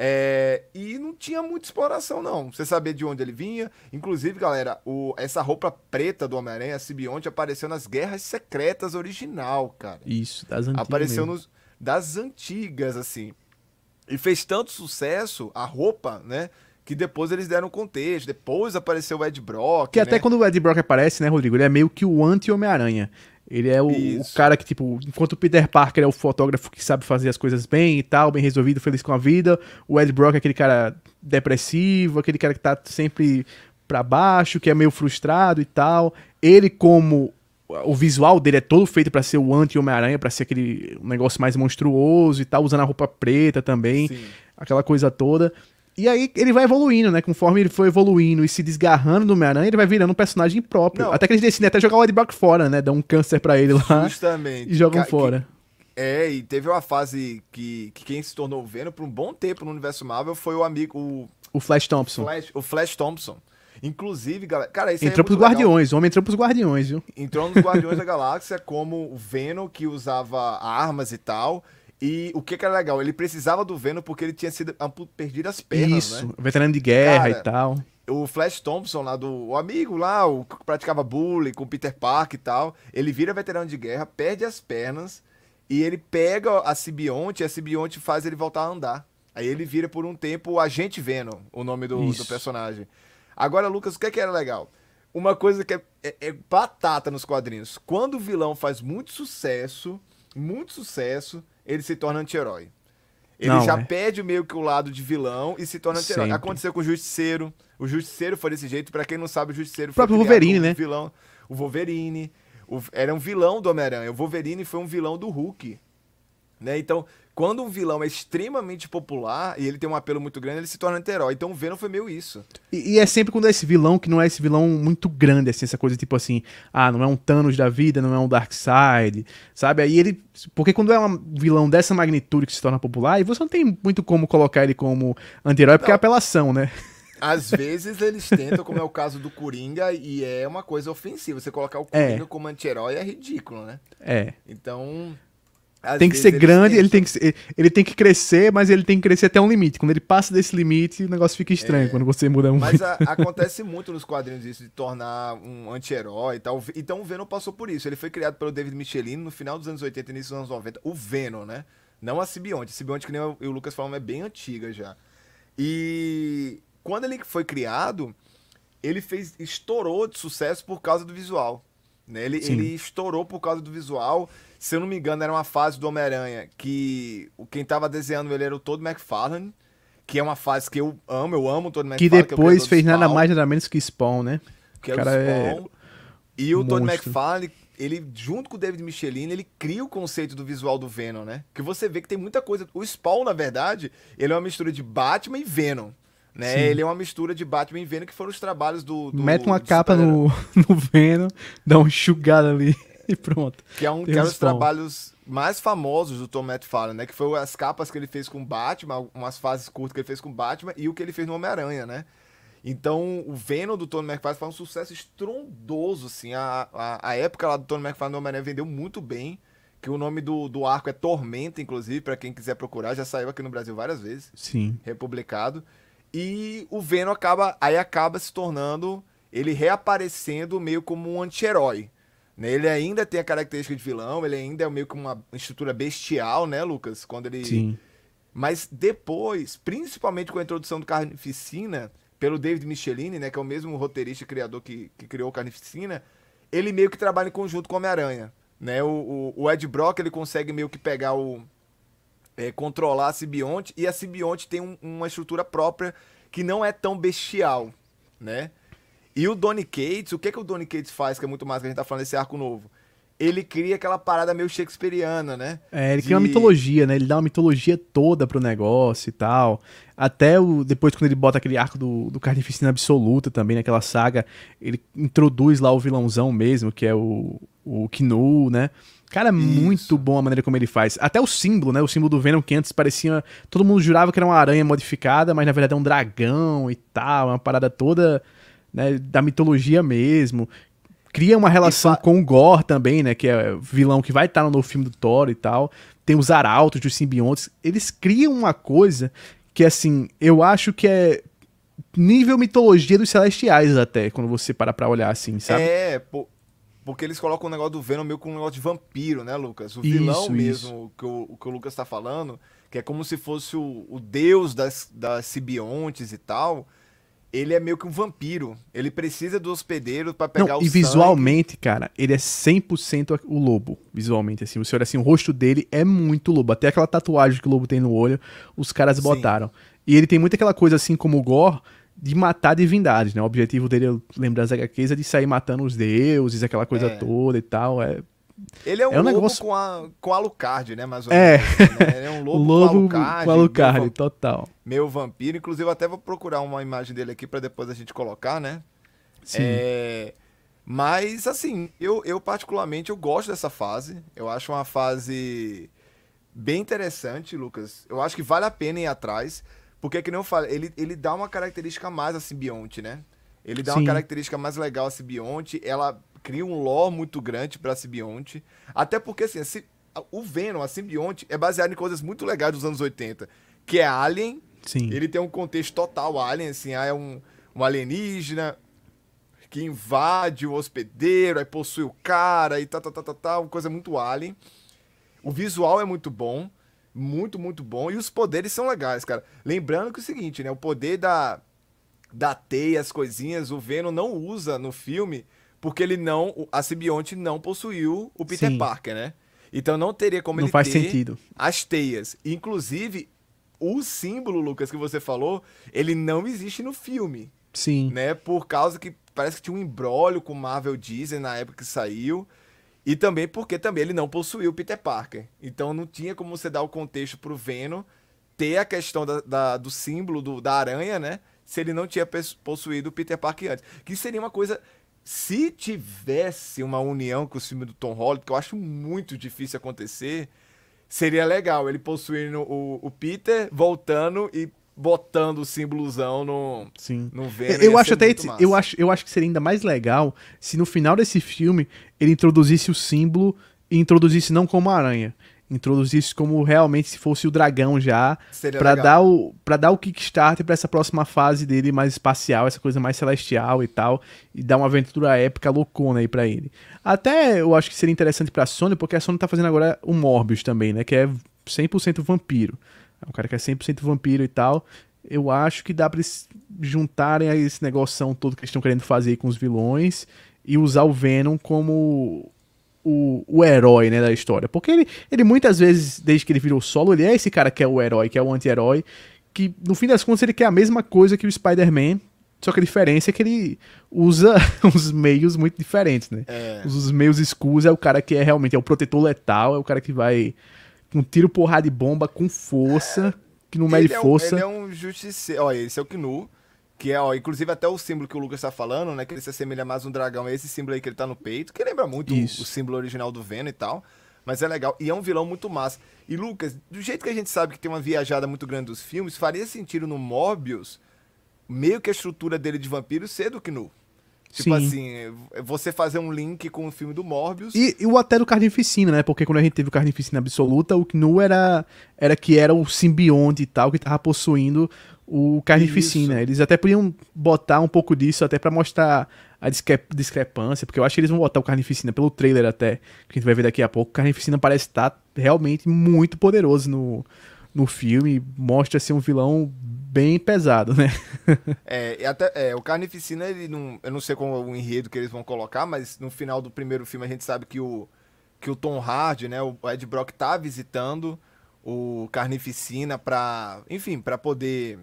S2: É, e não tinha muita exploração, não. Você sabia de onde ele vinha. Inclusive, galera, o, essa roupa preta do Homem-Aranha, a simbionte, apareceu nas Guerras Secretas original, cara.
S1: Isso, das antigas.
S2: Apareceu
S1: mesmo.
S2: nos, das antigas, assim. E fez tanto sucesso, a roupa, né? Que depois eles deram contexto. Depois apareceu o Ed Brock,
S1: Que até
S2: né?
S1: quando o Ed Brock aparece, né, Rodrigo? Ele é meio que o anti-Homem-Aranha. Ele é o, o
S2: Isso.
S1: cara que, tipo, enquanto o Peter Parker é o fotógrafo que sabe fazer as coisas bem e tal, bem resolvido, feliz com a vida, o Ed Brock é aquele cara depressivo, aquele cara que tá sempre pra baixo, que é meio frustrado e tal. Ele, como o visual dele é todo feito pra ser o anti-Homem-Aranha, pra ser aquele negócio mais monstruoso e tal, usando a roupa preta também,
S2: Sim.
S1: aquela coisa toda. E aí ele vai evoluindo, né? Conforme ele foi evoluindo e se desgarrando do Homem-Aranha, ele vai virando um personagem próprio.
S2: Não.
S1: Até que eles decidem até jogar o Ed Brock fora, né? Dão um câncer pra ele lá
S2: Justamente.
S1: e jogam
S2: Ca-
S1: fora.
S2: que- é, e teve uma fase que, que quem se tornou o Venom por um bom tempo no universo Marvel foi o amigo, o
S1: O Flash Thompson.
S2: Flash, o Flash Thompson. Inclusive, galera, cara, isso aí é
S1: Entrou
S2: muito
S1: pros
S2: legal.
S1: Guardiões, o homem entrou pros Guardiões, viu?
S2: Entrou nos Guardiões da Galáxia como o Venom que usava armas e tal. E o que que era legal? Ele precisava do Venom porque ele tinha sido ampu- perdido as pernas,
S1: Isso,
S2: né?
S1: veterano de guerra
S2: Cara,
S1: e tal.
S2: O Flash Thompson lá do o amigo lá, o que praticava bullying com o Peter Parker e tal, ele vira veterano de guerra, perde as pernas e ele pega a simbionte e a simbionte faz ele voltar a andar. Aí ele vira por um tempo o Agente Venom, o nome do, do
S1: Isso.
S2: personagem. Agora, Lucas, o que é que era legal? Uma coisa que é, é- é batata nos quadrinhos. Quando o vilão faz muito sucesso, muito sucesso, ele se torna anti-herói. Ele
S1: Não,
S2: já
S1: é.
S2: perde meio que o lado de vilão e se torna anti-herói.
S1: Sempre.
S2: Aconteceu com o Justiceiro. O Justiceiro foi desse jeito. Pra quem não sabe, o Justiceiro
S1: O
S2: foi
S1: próprio
S2: criado
S1: Wolverine,
S2: como
S1: né?
S2: vilão. O Wolverine. O- era um vilão do Homem-Aranha. O Wolverine foi um vilão do Hulk. né? Então, quando um vilão é extremamente popular e ele tem um apelo muito grande, ele se torna anti-herói. Então o Venom foi meio isso.
S1: E, e é sempre quando é esse vilão que não é esse vilão muito grande, assim, essa coisa tipo assim, ah, não é um Thanos da vida, não é um Darkseid, sabe? Aí ele. Porque quando é um vilão dessa magnitude que se torna popular, aí você não tem muito como colocar ele como anti-herói, porque é
S2: Não.
S1: apelação, né?
S2: Às vezes eles tentam, como é o caso do Coringa, e é uma coisa ofensiva. Você colocar o Coringa
S1: É.
S2: como anti-herói é ridículo, né?
S1: É.
S2: Então. Às
S1: Tem que
S2: vezes
S1: ser
S2: eles
S1: grande,
S2: tentam.
S1: ele tem que, ser- ele tem que crescer, mas ele tem que crescer até um limite. Quando ele passa desse limite, o negócio fica estranho, quando você muda muito.
S2: Mas a- acontece muito nos quadrinhos isso, de tornar um anti-herói e tal. Então o Venom passou por isso. Ele foi criado pelo David Michelin no final dos anos oitenta e início dos anos noventa. O Venom, né? Não a Simbionte. A Simbionte, que nem o o Lucas falou, é bem antiga já. E quando ele foi criado, ele fez estourou de sucesso por causa do visual. Né? Ele,
S1: Sim.
S2: ele estourou por causa do visual. Se eu não me engano, era uma fase do Homem-Aranha que o- quem tava desenhando ele era o Todd McFarlane, que é uma fase que eu amo, eu amo o Todd
S1: Que
S2: McFarlane.
S1: depois
S2: é o criador
S1: fez
S2: do
S1: nada
S2: Spawn,
S1: mais nada menos que Spawn, né?
S2: que é
S1: cara
S2: o
S1: é
S2: Spawn. E o Todd
S1: monstro.
S2: McFarlane, ele, junto com o David Michelin, ele cria o conceito do visual do Venom, né? Que você vê que tem muita coisa. O Spawn, na verdade, ele é uma mistura de Batman e Venom. Né?
S1: Sim.
S2: Ele é uma mistura de Batman e Venom, que foram os trabalhos do. do
S1: Mete uma
S2: do
S1: capa
S2: super-herói.
S1: no, no Venom, dá uma enxugada ali e pronto.
S2: Que é um
S1: Tem
S2: que
S1: o
S2: era os
S1: Spawn.
S2: trabalhos mais famosos do Tom McFarlane, né? Que foi as capas que ele fez com Batman, umas fases curtas que ele fez com Batman e o que ele fez no Homem-Aranha, né? Então, o Venom do Tony McFarlane foi um sucesso estrondoso, assim. A, a, a época lá do Tony McFarlane no Homem-Aranha vendeu muito bem. Que o nome do, do arco é Tormenta, inclusive, pra quem quiser procurar. Já saiu aqui no Brasil várias vezes,
S1: Sim.
S2: republicado. E o Venom acaba, aí acaba se tornando, ele reaparecendo meio como um anti-herói. Né? Ele ainda tem a característica de vilão, ele ainda é meio que uma estrutura bestial, né, Lucas? Quando ele...
S1: Sim.
S2: Mas depois, principalmente com a introdução do Carnificina, pelo David Michelin, né, que é o mesmo roteirista e criador que, que criou o Carnificina, ele meio que trabalha em conjunto com o Homem-Aranha. Né? O, o, o Ed Brock, ele consegue meio que pegar o... É, controlar a simbionte, e a simbionte tem um- uma estrutura própria que não é tão bestial, né? E o Donny Cates, o que que o Donny Cates faz, que é muito mais que a gente tá falando desse arco novo? Ele cria aquela parada meio shakespeariana, né?
S1: É, ele
S2: De-
S1: cria uma mitologia, né? Ele dá uma mitologia toda pro negócio e tal. Até o, depois, quando ele bota aquele arco do, do Carnificina Absoluta também, naquela saga, ele introduz lá o vilãozão mesmo, que é o, o Knu, né? Cara, é muito
S2: Isso.
S1: bom a maneira como ele faz. Até o símbolo, né? O símbolo do Venom, que antes parecia... Todo mundo jurava que era uma aranha modificada, mas na verdade é um dragão e tal. Uma parada toda, né, da mitologia mesmo. Cria uma relação
S2: E fa-
S1: com o Gore também, né? Que é vilão que vai estar no novo filme do Thor e tal. Tem os arautos dos simbiontes. Eles criam uma coisa que, assim, eu acho que é nível mitologia dos celestiais até, quando você para pra olhar assim, sabe?
S2: É, po- porque eles colocam o negócio do Venom meio com um negócio de vampiro, né, Lucas? O
S1: Isso,
S2: vilão
S1: isso.
S2: mesmo, que o, que o Lucas tá falando, que é como se fosse o, o deus das, das simbiontes e tal, ele é meio que um vampiro. Ele precisa do hospedeiro pra pegar
S1: Não,
S2: o
S1: e
S2: sangue.
S1: visualmente, cara, ele é cem por cento o lobo, visualmente, assim. Você olha assim, o rosto dele é muito lobo. Até aquela tatuagem que o lobo tem no olho, os caras
S2: Sim.
S1: botaram. E ele tem muito aquela coisa, assim como o Gore, de matar divindades, né? O objetivo dele, eu lembro das agá quês, é de sair matando os deuses, aquela coisa
S2: É.
S1: toda e tal. É,
S2: Ele é um,
S1: É um
S2: lobo
S1: negócio-
S2: com, a, com Alucard, né? Mais ou
S1: É.
S2: menos. assim, né? Ele é um
S1: o
S2: lobo,
S1: lobo
S2: com Alucard.
S1: com Alucard,
S2: meio, vam-
S1: total.
S2: meio vampiro. Inclusive, eu até vou procurar uma imagem dele aqui pra depois a gente colocar, né?
S1: Sim.
S2: É, mas, assim, eu, eu particularmente eu gosto dessa fase. Eu acho uma fase bem interessante, Lucas. Eu acho que vale a pena ir atrás. Porque, que nem eu falei, ele, ele dá uma característica a mais à simbionte, né? Ele dá
S1: Sim.
S2: uma característica mais legal à simbionte. Ela cria um lore muito grande pra simbionte. Até porque, assim, a si- o Venom, a simbionte, é baseado em coisas muito legais dos anos oitenta. Que é Alien.
S1: Sim.
S2: Ele tem um contexto total Alien, assim. Ah, é um, um alienígena que invade o hospedeiro, aí possui o cara e tal, tal, tal, tal, tal. Uma coisa muito Alien. O visual é muito bom. Muito, muito bom. E os poderes são legais, cara. Lembrando que é o seguinte, né? O poder da, da teia, as coisinhas, o Venom não usa no filme porque ele não... o- A simbionte não possuiu o Peter
S1: Sim.
S2: Parker, né? Então não teria como
S1: Não
S2: ele
S1: faz
S2: ter
S1: sentido.
S2: as teias. Inclusive, o símbolo, Lucas, que você falou, ele não existe no filme,
S1: Sim.
S2: né? Por causa que parece que tinha um imbróglio com Marvel Disney na época que saiu. E também porque também ele não possuía o Peter Parker. Então não tinha como você dar o contexto pro Venom ter a questão da, da- do símbolo do- da aranha, né? Se ele não tinha pes- possuído o Peter Parker antes. Que seria uma coisa... Se tivesse uma união com o filme do Tom Holland, que eu acho muito difícil acontecer, seria legal ele possuindo o, o Peter, voltando e botando o símbolozão no,
S1: Sim.
S2: no Venom.
S1: Eu
S2: ia
S1: acho
S2: ser
S1: até
S2: muito
S1: esse-
S2: massa.
S1: eu acho, eu acho que seria ainda mais legal se no final desse filme ele introduzisse o símbolo e introduzisse não como aranha, introduzisse como realmente se fosse o dragão já,
S2: Seria
S1: pra
S2: legal.
S1: dar o para dar o kickstart pra essa próxima fase dele mais espacial, essa coisa mais celestial e tal, e dar uma aventura épica loucona aí pra ele. Até eu acho que seria interessante pra Sony, porque a Sony tá fazendo agora o Morbius também, né, que é cem por cento vampiro. É um cara que é cem por cento vampiro e tal. Eu acho que dá pra eles juntarem a esse negoção todo que eles estão querendo fazer aí com os vilões e usar o Venom como o, o herói, né, da história. Porque ele, ele muitas vezes, desde que ele virou solo, ele é esse cara que é o herói, que é o anti-herói, que no fim das contas ele quer a mesma coisa que o Spider-Man, só que a diferença é que ele usa os meios muito diferentes, né?
S2: É.
S1: Usa os meios escuros, é o cara que é realmente é o protetor letal, é o cara que vai com tiro, porrada e bomba, com força, que não mede
S2: Ele é um-
S1: força.
S2: Ele é um justiceiro. Olha, esse é o Knu. Que é, ó, inclusive até o símbolo que o Lucas tá falando, né? Que ele se assemelha mais a um dragão. É esse símbolo aí que ele tá no peito, que lembra muito o,
S1: Isso.
S2: o símbolo original do Venom e tal. Mas é legal. E é um vilão muito massa. E, Lucas, do jeito que a gente sabe que tem uma viajada muito grande dos filmes, faria sentido no Morbius, meio que a estrutura dele de vampiro ser do Knu. Tipo
S1: Sim.
S2: assim, você fazer um link com o filme do Morbius.
S1: E, e o até do Carnificina, né? Porque quando a gente teve o Carnificina Absoluta, o Knu era, era que era o simbionte e tal, que tava possuindo o Carnificina.
S2: Isso.
S1: Eles até podiam botar um pouco disso até pra mostrar a discre- discrepância, porque eu acho que eles vão botar o Carnificina pelo trailer até, que a gente vai ver daqui a pouco. O Carnificina parece estar realmente muito poderoso no, no filme, mostra ser um vilão bem pesado, né?
S2: É, e até, é, o Carnificina, ele não, eu não sei qual é o enredo que eles vão colocar, mas no final do primeiro filme a gente sabe que o, que o Tom Hardy, né, o Ed Brock tá visitando o Carnificina pra, enfim, pra poder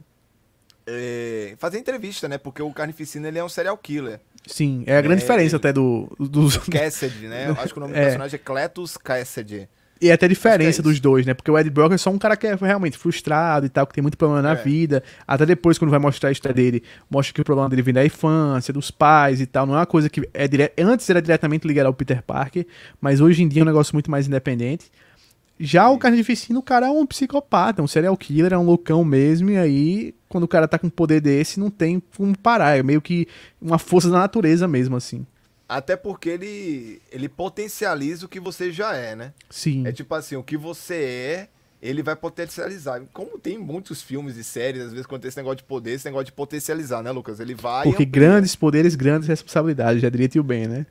S2: é, fazer entrevista, né, porque o Carnificina, ele é um serial killer.
S1: Sim, é a grande
S2: É,
S1: diferença
S2: ele-
S1: até do, dos...
S2: Cassidy, né, eu acho que o nome do
S1: É.
S2: personagem é Cletus Cassidy.
S1: E até a
S2: Acho
S1: diferença
S2: que é
S1: dos
S2: isso.
S1: dois, né? Porque o Ed Brock é só um cara que é realmente frustrado e tal, que tem muito problema na
S2: É.
S1: vida. Até depois, quando vai mostrar a história dele, mostra que o problema dele vem da infância, dos pais e tal. Não é uma coisa que é dire... Antes era diretamente ligado ao Peter Parker, mas hoje em dia é um negócio muito mais independente. Já o Carnificina, o cara é um psicopata, um serial killer, é um loucão mesmo, e aí, quando o cara tá com um poder desse, não tem como parar. É meio que uma força da natureza mesmo, assim.
S2: Até porque ele, ele potencializa o que você já é, né?
S1: Sim.
S2: É tipo assim, o que você é, ele vai potencializar. Como tem muitos filmes e séries, às vezes, quando tem esse negócio de poder, esse negócio de potencializar, né, Lucas? Ele vai.
S1: Porque
S2: e amplia.
S1: grandes poderes, grandes responsabilidades, já diria Tio Ben, né?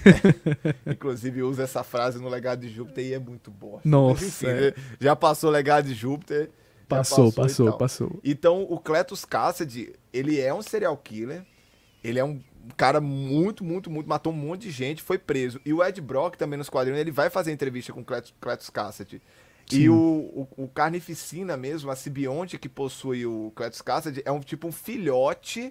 S2: Inclusive, usa essa frase no Legado de Júpiter e é muito boa.
S1: Nossa,
S2: Mas, enfim,
S1: é.
S2: né? Já passou o Legado de Júpiter. já
S1: Passou,
S2: e
S1: passou,
S2: tal.
S1: passou.
S2: Então, o Cletus Cassidy, ele é um serial killer. Ele é um cara muito, muito, muito... Matou um monte de gente, foi preso. E o Ed Brock, também nos quadrinhos, ele vai fazer entrevista com o Cletus, Cletus Cassidy.
S1: Sim.
S2: E o, o, o Carnificina mesmo, a simbionte que possui o Cletus Cassidy, é um tipo um filhote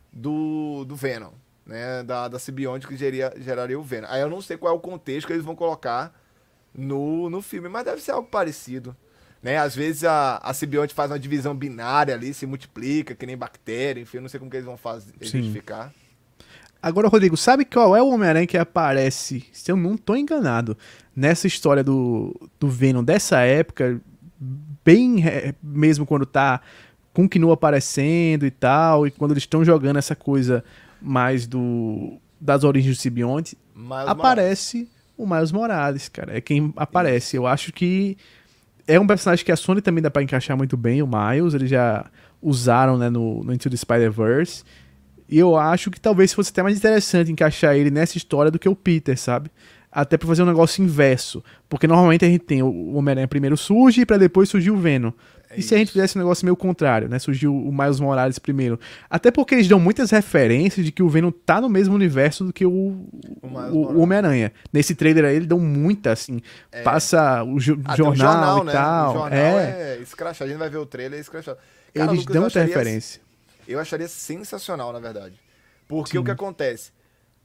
S2: do, do Venom, né? Da, da simbionte que geria, geraria o Venom. Aí eu não sei qual é o contexto que eles vão colocar no, no filme, mas deve ser algo parecido. Né? Às vezes a, a simbionte faz uma divisão binária ali, se multiplica, que nem bactéria, enfim, eu não sei como que eles vão fazer,
S1: Sim.
S2: identificar.
S1: Agora, Rodrigo, sabe qual é o Homem-Aranha que aparece, se eu não tô enganado, nessa história do, do Venom dessa época, bem é, mesmo quando tá com o Knu aparecendo e tal, e quando eles estão jogando essa coisa mais do das origens do simbionte,
S2: Miles
S1: aparece o Miles Morales, cara. É quem aparece. Eu acho que é um personagem que a Sony também dá pra encaixar muito bem, o Miles. Eles já usaram, né, no, no Into the Spider-Verse. E eu acho que talvez fosse até mais interessante encaixar ele nessa história do que o Peter, sabe? Até pra fazer um negócio inverso. Porque normalmente a gente tem o Homem-Aranha primeiro surge pra depois surgir o Venom.
S2: É
S1: e se a gente
S2: isso.
S1: fizesse um negócio meio contrário, né? Surgiu o Miles Morales primeiro. Até porque eles dão muitas referências de que o Venom tá no mesmo universo do que o,
S2: O Miles
S1: o,
S2: Morales.
S1: o Homem-Aranha. Nesse trailer aí, ele dão muita, assim. Passa o jo-
S2: Ah, tem
S1: jornal,
S2: um jornal,
S1: e
S2: né?
S1: tal.
S2: O jornal
S1: é,
S2: é, escrachado. A gente vai ver o trailer, é escrachado. Cara,
S1: eles
S2: Lucas,
S1: dão
S2: eu
S1: muita
S2: acharia-
S1: referência.
S2: Eu acharia sensacional, na verdade. Porque
S1: Sim.
S2: o que acontece?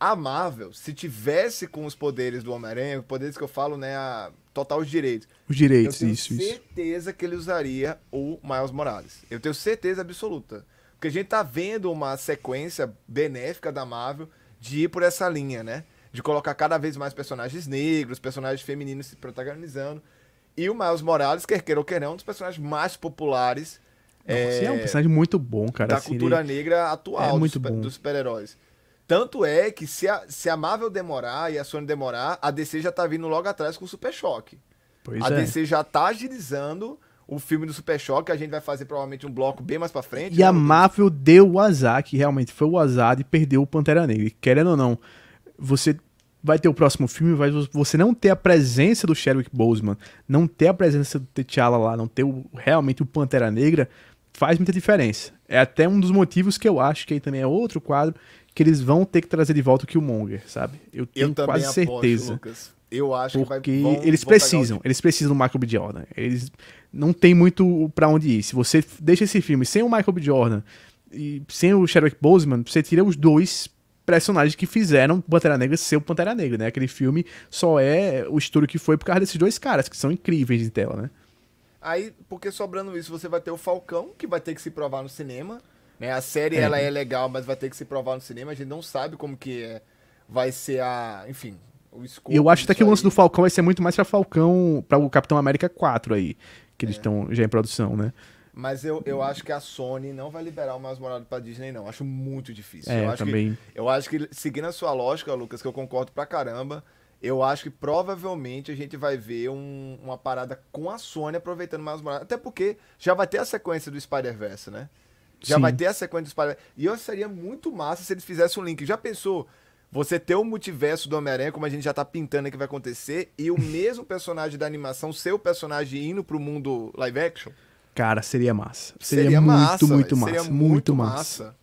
S2: A Marvel, se tivesse com os poderes do Homem-Aranha, poderes que eu falo, né, a total os direitos.
S1: Os direitos,
S2: eu tenho
S1: isso, isso.
S2: certeza que ele usaria o Miles Morales. Eu tenho certeza absoluta. Porque a gente tá vendo uma sequência benéfica da Marvel de ir por essa linha, né? De colocar cada vez mais personagens negros, personagens femininos se protagonizando. E o Miles Morales, quer queira ou quer não, é um dos personagens mais populares.
S1: Nossa,
S2: é,
S1: é um personagem muito bom, cara.
S2: Da
S1: assim,
S2: cultura
S1: ele...
S2: negra atual
S1: é muito
S2: dos,
S1: bom.
S2: dos super-heróis. Tanto é que se a, se a Marvel demorar e a Sony demorar, a D C já tá vindo logo atrás com o Super Choque.
S1: Pois
S2: a
S1: é.
S2: D C já tá agilizando o filme do Super Choque, a gente vai fazer provavelmente um bloco bem mais pra frente.
S1: E
S2: né,
S1: a
S2: Lucas?
S1: Marvel deu o azar, que realmente foi o azar de perder o Pantera Negra. E querendo ou não, você vai ter o próximo filme, vai você não ter a presença do Chadwick Boseman, não ter a presença do T'Challa lá, não ter o, realmente o Pantera Negra, faz muita diferença. É até um dos motivos que eu acho que aí também é outro quadro que eles vão ter que trazer de volta o Killmonger, sabe? Eu tenho
S2: Eu também
S1: quase
S2: aposto,
S1: certeza.
S2: Lucas. Eu acho
S1: Porque
S2: que vai, vão,
S1: eles
S2: vão
S1: precisam,
S2: pegar o...
S1: eles precisam do Michael B. Jordan. Eles não tem muito pra onde ir. Se você deixa esse filme sem o Michael B. Jordan e sem o Chadwick Boseman, você tira os dois personagens que fizeram o Pantera Negra ser o Pantera Negra, né? Aquele filme só é o estouro que foi por causa desses dois caras, que são incríveis em tela, né?
S2: Aí, porque sobrando isso, você vai ter o Falcão, que vai ter que se provar no cinema. Né? A série,
S1: É.
S2: ela é legal, mas vai ter que se provar no cinema. A gente não sabe como que é, vai ser a... Enfim, o escopo.
S1: E eu acho até que o lance
S2: aí.
S1: do Falcão vai ser muito mais pra Falcão, pra o Capitão América quatro aí, que eles estão já em produção, né?
S2: Mas eu, eu acho que a Sony não vai liberar o Miles Morales pra Disney, não. Acho muito difícil.
S1: É,
S2: eu
S1: eu
S2: acho
S1: também.
S2: Que, eu acho que, seguindo a sua lógica, Lucas, que eu concordo pra caramba, eu acho que provavelmente a gente vai ver um- uma parada com a Sony aproveitando o Miles Morales. Até porque já vai ter a sequência do Spider-Verse, né? Já
S1: Sim.
S2: vai ter a sequência do Spider-Verse. E eu seria muito massa se eles fizessem um link. Já pensou? Você ter o multiverso do Homem-Aranha, como a gente já tá pintando que vai acontecer, e o mesmo personagem da animação, seu personagem indo pro mundo live action?
S1: Cara, seria massa. Seria,
S2: Seria
S1: muito,
S2: massa,
S1: muito
S2: velho.
S1: massa.
S2: Seria
S1: muito massa.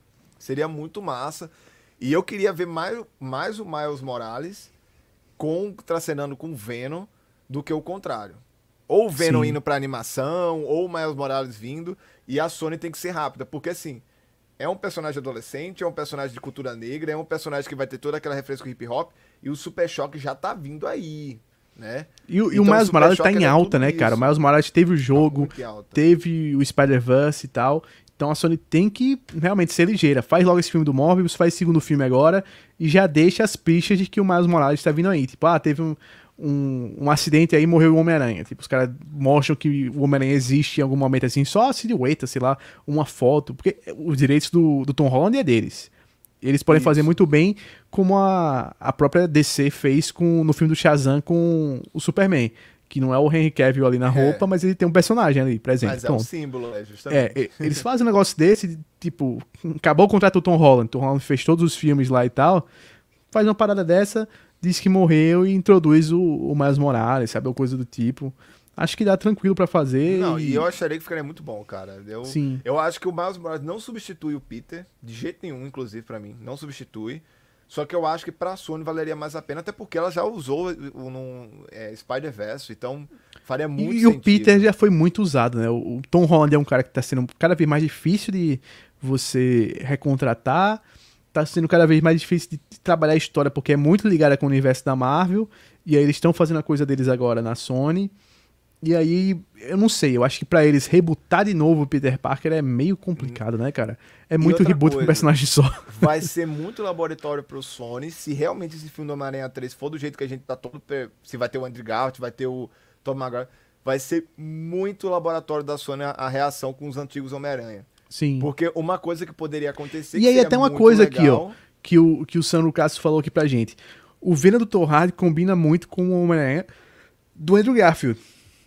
S2: Seria muito massa. E eu queria ver mais, mais o Miles Morales com, tracenando com o Venom do que o contrário. Ou o Venom
S1: Sim.
S2: indo pra animação, ou o Miles Morales vindo. E a Sony tem que ser rápida, porque assim, é um personagem adolescente, é um personagem de cultura negra, é um personagem que vai ter toda aquela referência com hip hop, e o Super Choque já tá vindo aí, né?
S1: E, o- e
S2: Então,
S1: o Miles
S2: Super
S1: Morales tá
S2: Choque
S1: em
S2: era
S1: alta,
S2: tudo
S1: né, cara? O
S2: isso.
S1: Miles Morales teve o jogo,
S2: Muito em alta.
S1: teve o Spider-Verse e tal. Então a Sony tem que realmente ser ligeira. Faz logo esse filme do Morbius, faz o segundo filme agora e já deixa as pistas de que o Miles Morales tá vindo aí. Tipo, ah, teve um, um, um acidente aí e morreu o Homem-Aranha. Tipo, os caras mostram que o Homem-Aranha existe em algum momento assim, só a silhueta, sei lá, uma foto. Porque os direitos do, do Tom Holland é deles. Eles podem
S2: Isso.
S1: fazer muito bem como a, a própria D C fez com, no filme do Shazam com o Superman. Que não é o Henry Cavill ali na roupa, mas ele tem um personagem ali presente.
S2: Mas é um
S1: Pronto.
S2: símbolo, é,
S1: É,
S2: justamente.
S1: e- eles fazem um negócio desse, tipo, acabou o contrato do Tom Holland, Tom Holland fez todos os filmes lá e tal, faz uma parada dessa, diz que morreu e introduz o, o Miles Morales, sabe, ou coisa do tipo. Acho que dá tranquilo pra fazer.
S2: Não, e eu acharia que ficaria muito bom, cara. Eu,
S1: Sim.
S2: eu acho que o Miles Morales não substitui o Peter, de jeito nenhum, inclusive, pra mim. Não substitui. Só que eu acho que pra Sony valeria mais a pena, até porque ela já usou o no é, Spider-Verse, então faria muito
S1: E, e
S2: sentido.
S1: o Peter já foi muito usado, né? O, o Tom Holland é um cara que tá sendo cada vez mais difícil de você recontratar, tá sendo cada vez mais difícil de, de trabalhar a história, porque é muito ligada com o universo da Marvel, e aí eles estão fazendo a coisa deles agora na Sony. E aí, eu não sei, eu acho que pra eles rebootar de novo o Peter Parker é meio complicado, né, cara? É muito
S2: outra
S1: reboot com um
S2: coisa,
S1: personagem só.
S2: Vai ser muito laboratório pro Sony, se realmente esse filme do Homem-Aranha três for do jeito que a gente tá todo... per- Se vai ter o Andrew Garfield, vai ter o Tom Maguire, vai ser muito laboratório da Sony a, a reação com os antigos Homem-Aranha.
S1: Sim.
S2: Porque uma coisa que poderia acontecer...
S1: E
S2: que
S1: aí
S2: seria
S1: até uma
S2: muito
S1: coisa aqui,
S2: legal,
S1: ó, que o, que o Sandro Castro falou aqui pra gente. O Venom do Tom Hardy combina muito com o Homem-Aranha do Andrew Garfield.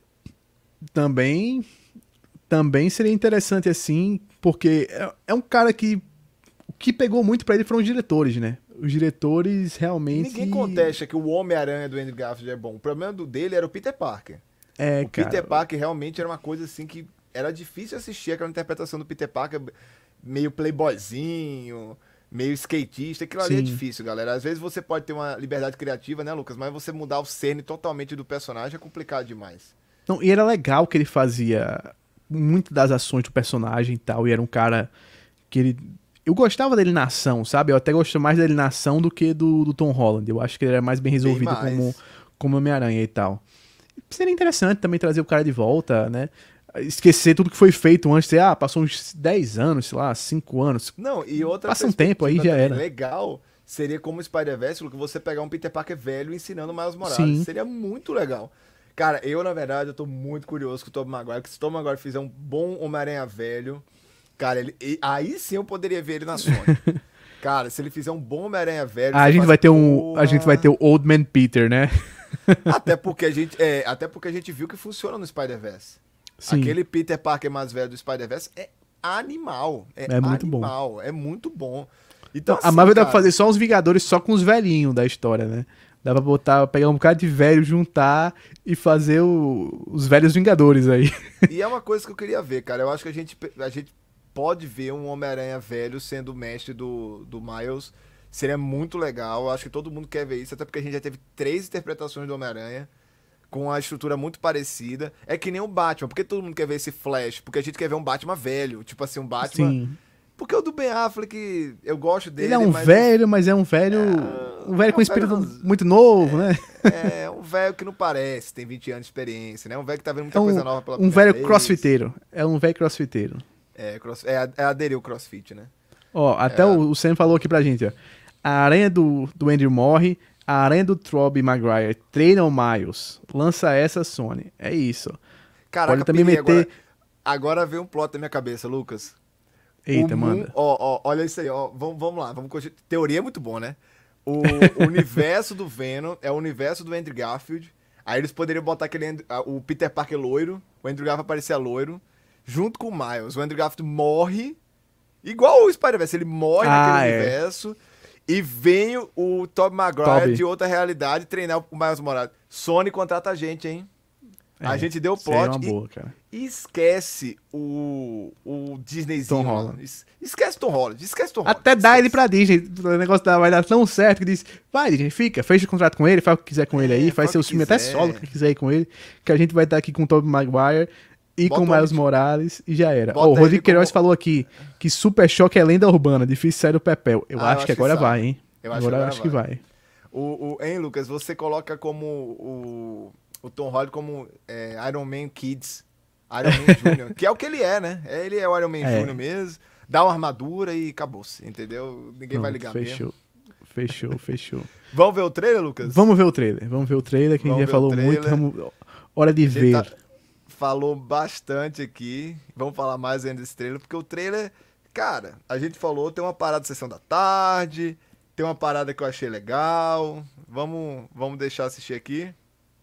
S1: Também, também seria interessante assim, porque é, é um cara que o que pegou muito pra ele foram os diretores, né? Os diretores realmente...
S2: Ninguém contesta que o Homem-Aranha do Andrew Garfield é bom. O problema do dele era o Peter Parker.
S1: É,
S2: o
S1: cara,
S2: Peter Parker realmente era uma coisa assim que era difícil assistir aquela interpretação do Peter Parker meio playboyzinho, meio skatista. Aquilo ali é
S1: Sim.
S2: difícil, galera. Às vezes você pode ter uma liberdade criativa, né, Lucas? Mas você mudar o cerne totalmente do personagem é complicado demais.
S1: Não, e era legal que ele fazia muitas das ações do personagem e tal, e era um cara que ele Eu gostava dele na ação, sabe? Eu até gosto mais dele na ação do que do, do Tom Holland. Eu acho que ele era mais bem resolvido
S2: Bem mais.
S1: como, como Homem-Aranha e tal. Seria interessante também trazer o cara de volta, né? Esquecer tudo que foi feito antes. Ah, passou uns dez anos, sei lá, cinco anos.
S2: Não, e outra
S1: Passa um tempo aí, já
S2: perspectiva
S1: era.
S2: também legal seria como o Spider-Verse, que você pegar um Peter Parker velho ensinando o Miles Morales.
S1: Sim.
S2: Seria muito legal. Cara, eu, na verdade, eu tô muito curioso com o Tobey Maguire, que se o Tobey Maguire fizer um bom Homem-Aranha velho, cara, ele, e- aí sim eu poderia ver ele na Sony. Cara, se ele fizer um bom Homem-Aranha velho...
S1: Ah, a
S2: você
S1: gente
S2: faz,
S1: vai ter um, a
S2: porra.
S1: gente vai ter o Old Man Peter, né?
S2: Até porque a gente, é, até porque a gente viu que funciona no Spider-Verse.
S1: Sim.
S2: Aquele Peter Parker mais velho do Spider-Verse é animal. É,
S1: É muito bom.
S2: animal, é muito bom. Então,
S1: A
S2: assim,
S1: Marvel dá
S2: cara,
S1: pra fazer só os Vingadores, só com os velhinhos da história, né? Dá pra botar, pegar um bocado de velho, juntar e fazer o- os velhos Vingadores aí.
S2: E é uma coisa que eu queria ver, cara. Eu acho que a gente, a gente pode ver um Homem-Aranha velho sendo o mestre do, do Miles. Seria muito legal. Eu acho que todo mundo quer ver isso, até porque a gente já teve três interpretações do Homem-Aranha com a estrutura muito parecida. É que nem o Batman. Por que todo mundo quer ver esse Flash? Porque a gente quer ver um Batman velho. Tipo assim, um Batman...
S1: Sim.
S2: Porque o do Ben Affleck, eu gosto dele,
S1: Ele é um
S2: mas
S1: velho, mas é um velho. Um velho
S2: é
S1: com
S2: um
S1: espírito
S2: velho-
S1: muito novo, né?
S2: é um velho que não parece, tem vinte anos de experiência, né? Um velho que tá vendo muita
S1: É um,
S2: coisa nova pela
S1: um
S2: primeira
S1: velho
S2: vez.
S1: crossfiteiro. É um velho crossfiteiro.
S2: É, cross, é, é aderir o crossfit, né?
S1: Ó, até
S2: É.
S1: o, o Sam falou aqui pra gente, ó. A aranha do, do Andrew morre, a aranha do Tobey Maguire treina o Miles. Lança essa, Sony. É isso.
S2: Caraca,
S1: Pode também
S2: pirei,
S1: meter...
S2: agora, agora veio um plot na minha cabeça, Lucas.
S1: Eita,
S2: O Moon-
S1: manda.
S2: Ó, ó, olha isso aí, ó. Vamos, vamos lá, vamos continuar. Teoria é muito bom, né? O, o universo do Venom é o universo do Andrew Garfield. Aí eles poderiam botar aquele Andrew- ah, o Peter Parker loiro, o Andrew Garfield aparecia loiro, junto com o Miles. O Andrew Garfield morre, igual o Spider-Verse, ele morre
S1: Ah,
S2: naquele
S1: é.
S2: universo. E vem o Tobey Maguire
S1: Tobey.
S2: de outra realidade treinar o Miles Morales. Sony contrata a gente, hein? A
S1: É,
S2: gente deu o
S1: seria
S2: plot
S1: uma
S2: e-
S1: boa, cara.
S2: e esquece o, o Disneyzinho.
S1: Tom
S2: mano.
S1: Holland.
S2: Es- Esquece Tom Holland. Esquece Tom Holland.
S1: Até dá ele
S2: esquece.
S1: pra Disney. O negócio da- vai dar tão certo que diz: vai, Disney, fica, fecha o contrato com ele, faz o que quiser com ele aí,
S2: É,
S1: faz
S2: faz o
S1: seus
S2: que
S1: filmes até
S2: quiser.
S1: solo, o que quiser aí com ele. Que a gente vai estar aqui com o Tobey Maguire e
S2: Bota
S1: com o
S2: o
S1: Miles
S2: homem-
S1: Morales e já era.
S2: Bota
S1: Ó, o
S2: ele
S1: Rodrigo Queiroz
S2: como-
S1: falou aqui que Super Choque é lenda urbana, difícil sair do papel. Eu
S2: Ah, eu
S1: acho
S2: acho
S1: que
S2: que
S1: agora
S2: sai.
S1: vai, hein?
S2: Eu acho
S1: agora
S2: que
S1: eu
S2: agora
S1: acho que
S2: vai.
S1: vai.
S2: O, o, hein, Lucas, você coloca como o, o Tom Holland como é, Iron Man Kids. Iron Man Júnior Que é o que ele é, né? É, Ele é o Iron Man
S1: É.
S2: Júnior mesmo. Dá uma armadura e acabou-se, entendeu? Ninguém vai
S1: Pronto,
S2: ligar mesmo.
S1: fechou. Fechou, fechou.
S2: Vamos ver o trailer, Lucas?
S1: Vamos ver o trailer. Vamos ver o trailer que a
S2: Vamos
S1: gente já
S2: ver o
S1: falou muito.
S2: trailer.
S1: Vamos... Hora de
S2: A gente
S1: ver.
S2: tá- falou bastante aqui. Vamos falar mais ainda desse trailer, porque o trailer, cara, a gente falou, tem uma parada de sessão da tarde, tem uma parada que eu achei legal. Vamos, vamos deixar assistir aqui.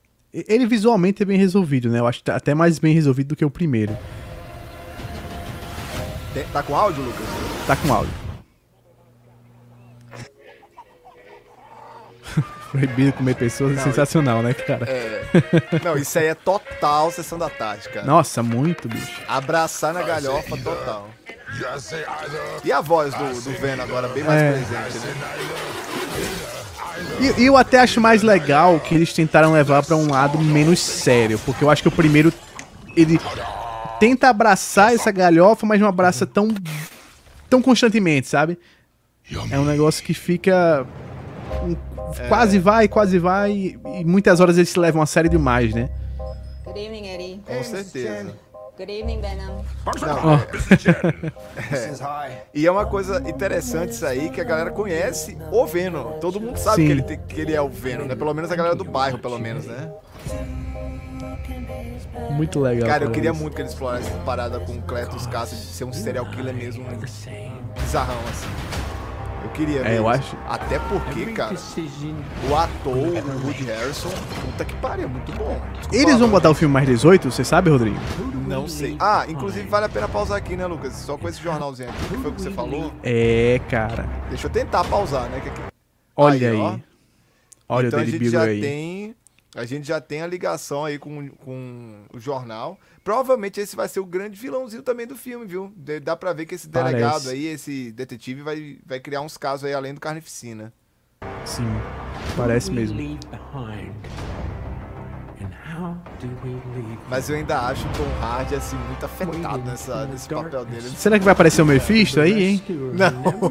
S1: Ele visualmente é bem resolvido, né? Eu acho que tá até mais bem resolvido do que o primeiro.
S2: Tem- tá com áudio, Lucas?
S1: Tá com áudio. Proibido comer pessoas é
S2: Não,
S1: sensacional, né, cara?
S2: É. Não, isso aí é total sessão da tarde, cara.
S1: Nossa, muito, bicho.
S2: Abraçar na galhofa total. E a voz do, do Venom agora bem mais
S1: É.
S2: presente, né?
S1: E, e eu até acho mais legal que eles tentaram levar pra um lado menos sério, porque eu acho que o primeiro ele tenta abraçar essa galhofa, mas não abraça tão tão constantemente, sabe? É um negócio que fica um, quase vai, quase vai e, e muitas horas eles se levam a sério demais, né?
S3: Good evening, Eddie.
S2: Com certeza.
S3: Good evening, Venom.
S2: Não,
S4: This is high.
S2: e é uma coisa interessante isso aí, que a galera conhece o Venom. Todo mundo sabe
S1: Sim.
S2: que ele, tem- que ele é o Venom, né? Pelo menos a galera do bairro, pelo menos, né?
S1: Muito legal.
S2: Cara, eu
S1: cara,
S2: queria
S1: isso.
S2: muito que eles explorassem essa parada com o Cletus Cassidy de ser um serial killer mesmo, um bizarrão, assim. Eu queria ver
S1: É, eu
S2: isso.
S1: acho-
S2: Até porque, cara, o ator, o Woody Harrelson, puta que pariu, é muito bom.
S1: Eles vão botar o filme mais dezoito, você sabe, Rodrigo?
S2: Não sei. Ah, inclusive vale a pena pausar aqui, né, Lucas? Só com esse jornalzinho aqui, que foi o que você falou.
S1: É, cara.
S2: Deixa eu tentar pausar, né? que aqui-
S1: Olha aí.
S2: ó.
S1: Olha
S2: Então
S1: o
S2: a
S1: Daily
S2: gente já
S1: Bugle aí.
S2: tem. A gente já tem a ligação aí com, com o jornal. Provavelmente esse vai ser o grande vilãozinho também do filme, viu? De- Dá pra ver que esse delegado
S1: Parece.
S2: aí, esse detetive, vai, vai criar uns casos aí além do Carnificina.
S1: Sim, parece mesmo.
S2: Mas eu ainda acho o Tom Hardy, assim, muito afetado nessa, nesse papel dele.
S1: Será que vai aparecer o Mephisto aí, hein?
S2: Não.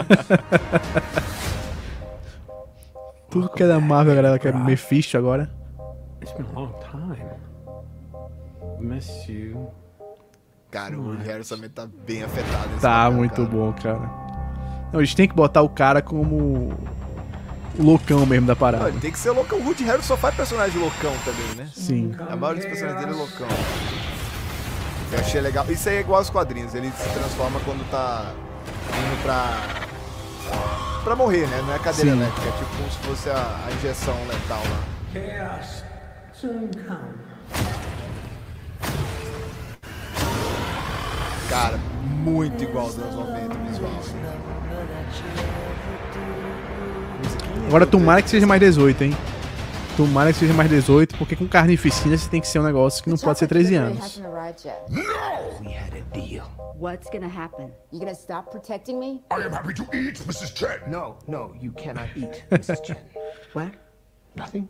S1: Tudo que é da Marvel, a galera quer Mephisto agora.
S5: It's been a long time. Miss you.
S2: Cara, o Woody Harrelson também tá bem afetado. nesse
S1: Tá
S2: papel,
S1: muito
S2: cara.
S1: bom, cara. Não, eles têm que botar o cara como o loucão mesmo da
S2: Não,
S1: parada.
S2: ele tem que ser loucão. O Woody Harrelson só faz personagem loucão também, né?
S1: Sim.
S2: A maioria dos personagens dele é loucão. Eu achei legal. Isso aí é igual aos quadrinhos. Ele se transforma quando tá indo pra... pra morrer, né? Não é cadeira
S1: Sim.
S2: elétrica. É tipo como se fosse a, a injeção letal lá.
S5: Chaos soon come.
S2: Cara, muito igual aos anos noventa, o visual.
S1: Agora tomara que seja mais dezoito, hein? Tomara que seja mais dezoito, porque com carnificina você tem que ser um negócio que não pode ser treze anos.
S4: We had a deal.
S3: What's gonna happen? You gonna stop protecting me?
S6: I am happy to eat, missus Chen.
S4: No, no, you cannot eat, Missus Chen.
S3: What?
S4: Nothing?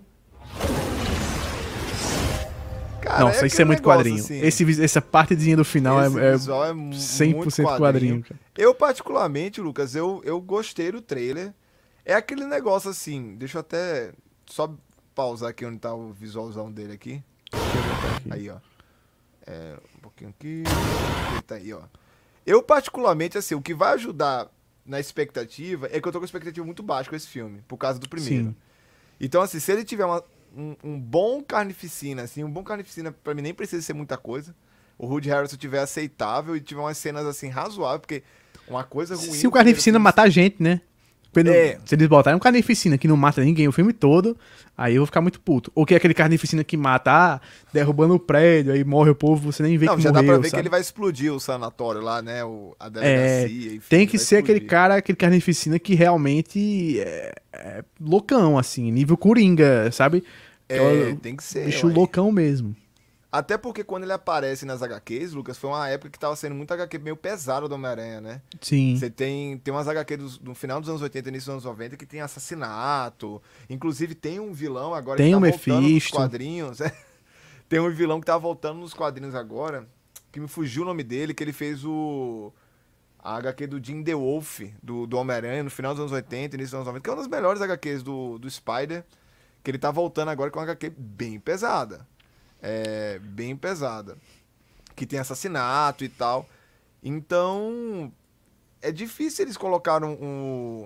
S2: Cara,
S1: Nossa, isso é
S2: aquele
S1: muito
S2: negócio,
S1: quadrinho.
S2: assim,
S1: Esse, vis- essa partezinha do final
S2: esse
S1: é, é
S2: visual é mu-
S1: cem por cento
S2: muito
S1: quadrinho. cara.
S2: Eu, particularmente, Lucas, eu, eu gostei do trailer. É aquele negócio assim, deixa eu até só pausar aqui onde tá o visualzão dele aqui. Aí, ó. É, um pouquinho aqui. Ele tá aí, ó. Eu, particularmente, assim, o que vai ajudar na expectativa é que eu tô com expectativa muito baixa com esse filme, por causa do primeiro.
S1: Sim.
S2: Então, assim, se ele tiver uma- um, um bom carnificina, assim, um bom carnificina, pra mim nem precisa ser muita coisa. O Woody Harrelson tiver aceitável e tiver umas cenas, assim, razoáveis, porque uma coisa ruim...
S1: Se o
S2: no
S1: carnificina
S2: primeiro
S1: matar gente, né? Quando-
S2: É.
S1: Se eles botarem um carnificina que não mata ninguém o filme todo, aí eu vou ficar muito puto. Ou que é aquele carnificina que mata, ah, derrubando o prédio, aí morre o povo, você nem vê
S2: Não,
S1: que
S2: já
S1: morreu,
S2: dá pra ver
S1: sabe?
S2: que ele vai explodir o sanatório lá, né? O, a
S1: É,
S2: delegacia, enfim,
S1: tem
S2: ele
S1: que
S2: vai
S1: ser aquele
S2: explodir.
S1: cara, aquele carnificina que realmente é, é loucão, assim, nível Coringa, sabe?
S2: É,
S1: Aquela-
S2: tem que ser.
S1: Bicho
S2: ué.
S1: loucão mesmo.
S2: Até porque quando ele aparece nas H Qs, Lucas, foi uma época que tava sendo muito H Q meio pesado do Homem-Aranha, né?
S1: Sim.
S2: Você tem, tem umas H Q dos- no final dos anos oitenta, início dos anos noventa, que tem assassinato. Inclusive tem um vilão agora
S1: Tem
S2: que tá
S1: o
S2: voltando nos
S1: Mephisto.
S2: quadrinhos. Tem um vilão que tá voltando nos quadrinhos agora, que me fugiu o nome dele, que ele fez o... A H Q do Jim DeWolf, do, do Homem-Aranha, no final dos anos oitenta, início dos anos noventa, que é uma das melhores H Qs do, do Spider, que ele tá voltando agora com uma H Q bem pesada. É, bem pesada. Que tem assassinato e tal. Então, é difícil eles colocaram o,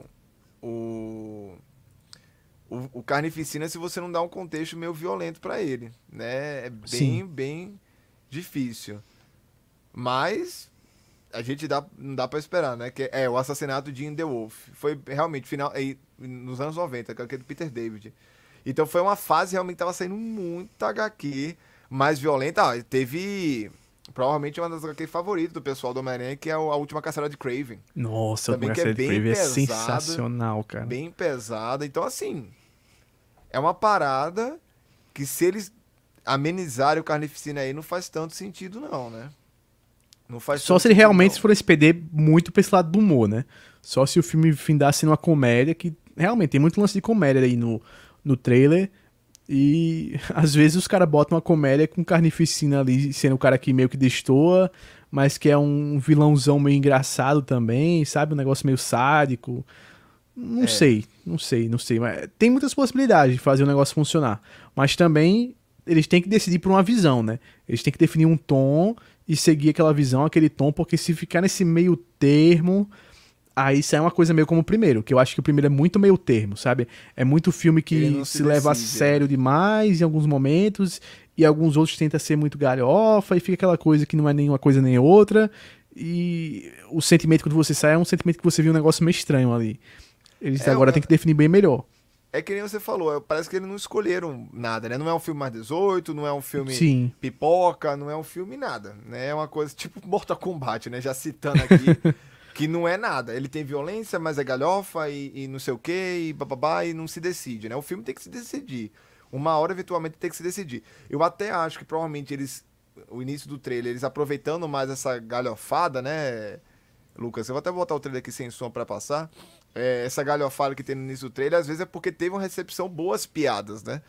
S2: o, o, o Carnificina se você não dá um contexto meio violento pra ele, né? É bem,
S1: Sim.
S2: bem difícil. Mas a gente dá, não dá pra esperar, né? Que é o assassinato de Jim DeWolf. Foi realmente final, aí, nos anos noventa, que é aquele do Peter David. Então foi uma fase realmente que tava saindo muita H Q mais violenta. Ah, teve provavelmente uma das H Q favoritas do pessoal do Homem-Aranha, que é o- a Última Caçada de Craven.
S1: Nossa,
S2: Também
S1: o
S2: que é
S1: Cacete
S2: bem
S1: Crave é
S2: pesado,
S1: sensacional, cara.
S2: Bem pesada. Então, assim, é uma parada que se eles amenizarem o Carnificina aí, não faz tanto sentido não, né? Não faz
S1: Só
S2: tanto
S1: se ele
S2: sentido,
S1: realmente
S2: não.
S1: for esse P D muito pra esse lado do humor, né? Só se o filme findasse numa comédia, que realmente tem muito lance de comédia aí no, no trailer. E às vezes os caras botam uma comédia com carnificina ali, sendo o cara que meio que destoa, mas que é um vilãozão meio engraçado também, sabe? Um negócio meio sádico. Não
S2: É.
S1: sei, não sei, não sei. Mas tem muitas possibilidades de fazer o negócio funcionar. Mas também eles têm que decidir por uma visão, né? Eles têm que definir um tom e seguir aquela visão, aquele tom, porque se ficar nesse meio termo, aí sai uma coisa meio como o primeiro, que eu acho que o primeiro é muito meio termo, sabe? É muito filme
S2: Ele
S1: que
S2: não
S1: se,
S2: se
S1: leva a
S2: decide, né?
S1: sério demais em alguns momentos, e alguns outros tenta ser muito galhofa, e fica aquela coisa que não é nenhuma coisa nem outra, e o sentimento quando você sai é um sentimento que você viu um negócio meio estranho ali. Eles
S2: É,
S1: agora
S2: eu-
S1: têm que definir bem melhor.
S2: É que nem você falou, parece que eles não escolheram nada, né? Não é um filme mais dezoito, não é um filme
S1: Sim.
S2: pipoca, não é um filme nada, né? É uma coisa tipo Mortal Kombat, né? Já citando aqui, que não é nada. Ele tem violência, mas é galhofa e, e não sei o quê, e bababá, e não se decide, né? O filme tem que se decidir. Uma hora, eventualmente, tem que se decidir. Eu até acho que provavelmente eles, o início do trailer, eles aproveitando mais essa galhofada, né, Lucas? Eu vou até botar o trailer aqui sem som pra passar. É, essa galhofada que tem no início do trailer, às vezes é porque teve uma recepção boas piadas, né?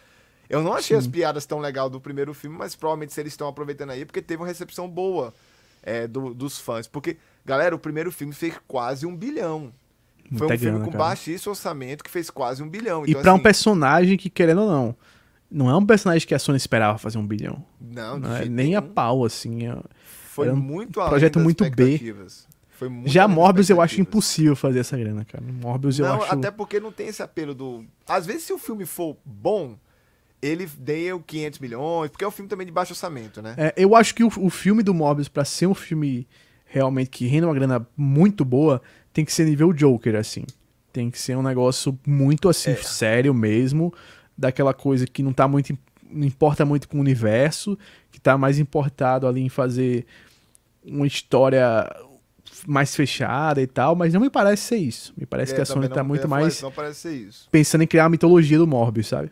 S2: Eu não achei
S1: Sim.
S2: as piadas tão legais do primeiro filme, mas provavelmente se eles estão aproveitando aí, porque teve uma recepção boa é, do- dos fãs. Porque, galera, o primeiro filme fez quase um bilhão. Foi
S1: Muita
S2: um filme
S1: grana,
S2: com
S1: cara.
S2: baixíssimo orçamento que fez quase um bilhão.
S1: E
S2: Então,
S1: pra um
S2: assim,
S1: personagem que, querendo ou não, não é um personagem que a Sony esperava fazer um bilhão.
S2: Não, de
S1: Não é
S2: jeito
S1: nem a
S2: nenhum.
S1: pau, assim. é-
S2: Foi
S1: era um
S2: muito além
S1: projeto
S2: das
S1: muito B.
S2: expectativas. Foi muito
S1: Já
S2: além das
S1: Morbius eu acho
S2: expectativas.
S1: impossível fazer essa grana, cara. Morbius eu
S2: Não,
S1: acho...
S2: até porque não tem esse apelo do... Às vezes, se o filme for bom, ele deu quinhentos milhões, porque é um filme também de baixo orçamento, né?
S1: É, eu acho que o, o filme do Morbius, pra ser um filme realmente que renda uma grana muito boa, tem que ser nível Joker, assim. Tem que ser um negócio muito, assim,
S2: É.
S1: sério mesmo, daquela coisa que não tá muito... não importa muito com o universo, que tá mais importado ali em fazer uma história mais fechada e tal, mas não me parece ser isso. Me parece
S2: É,
S1: que a
S2: também
S1: Sony tá
S2: não
S1: muito
S2: queria falar
S1: mais
S2: isso, não parece ser isso.
S1: pensando em criar a mitologia do Morbius, sabe?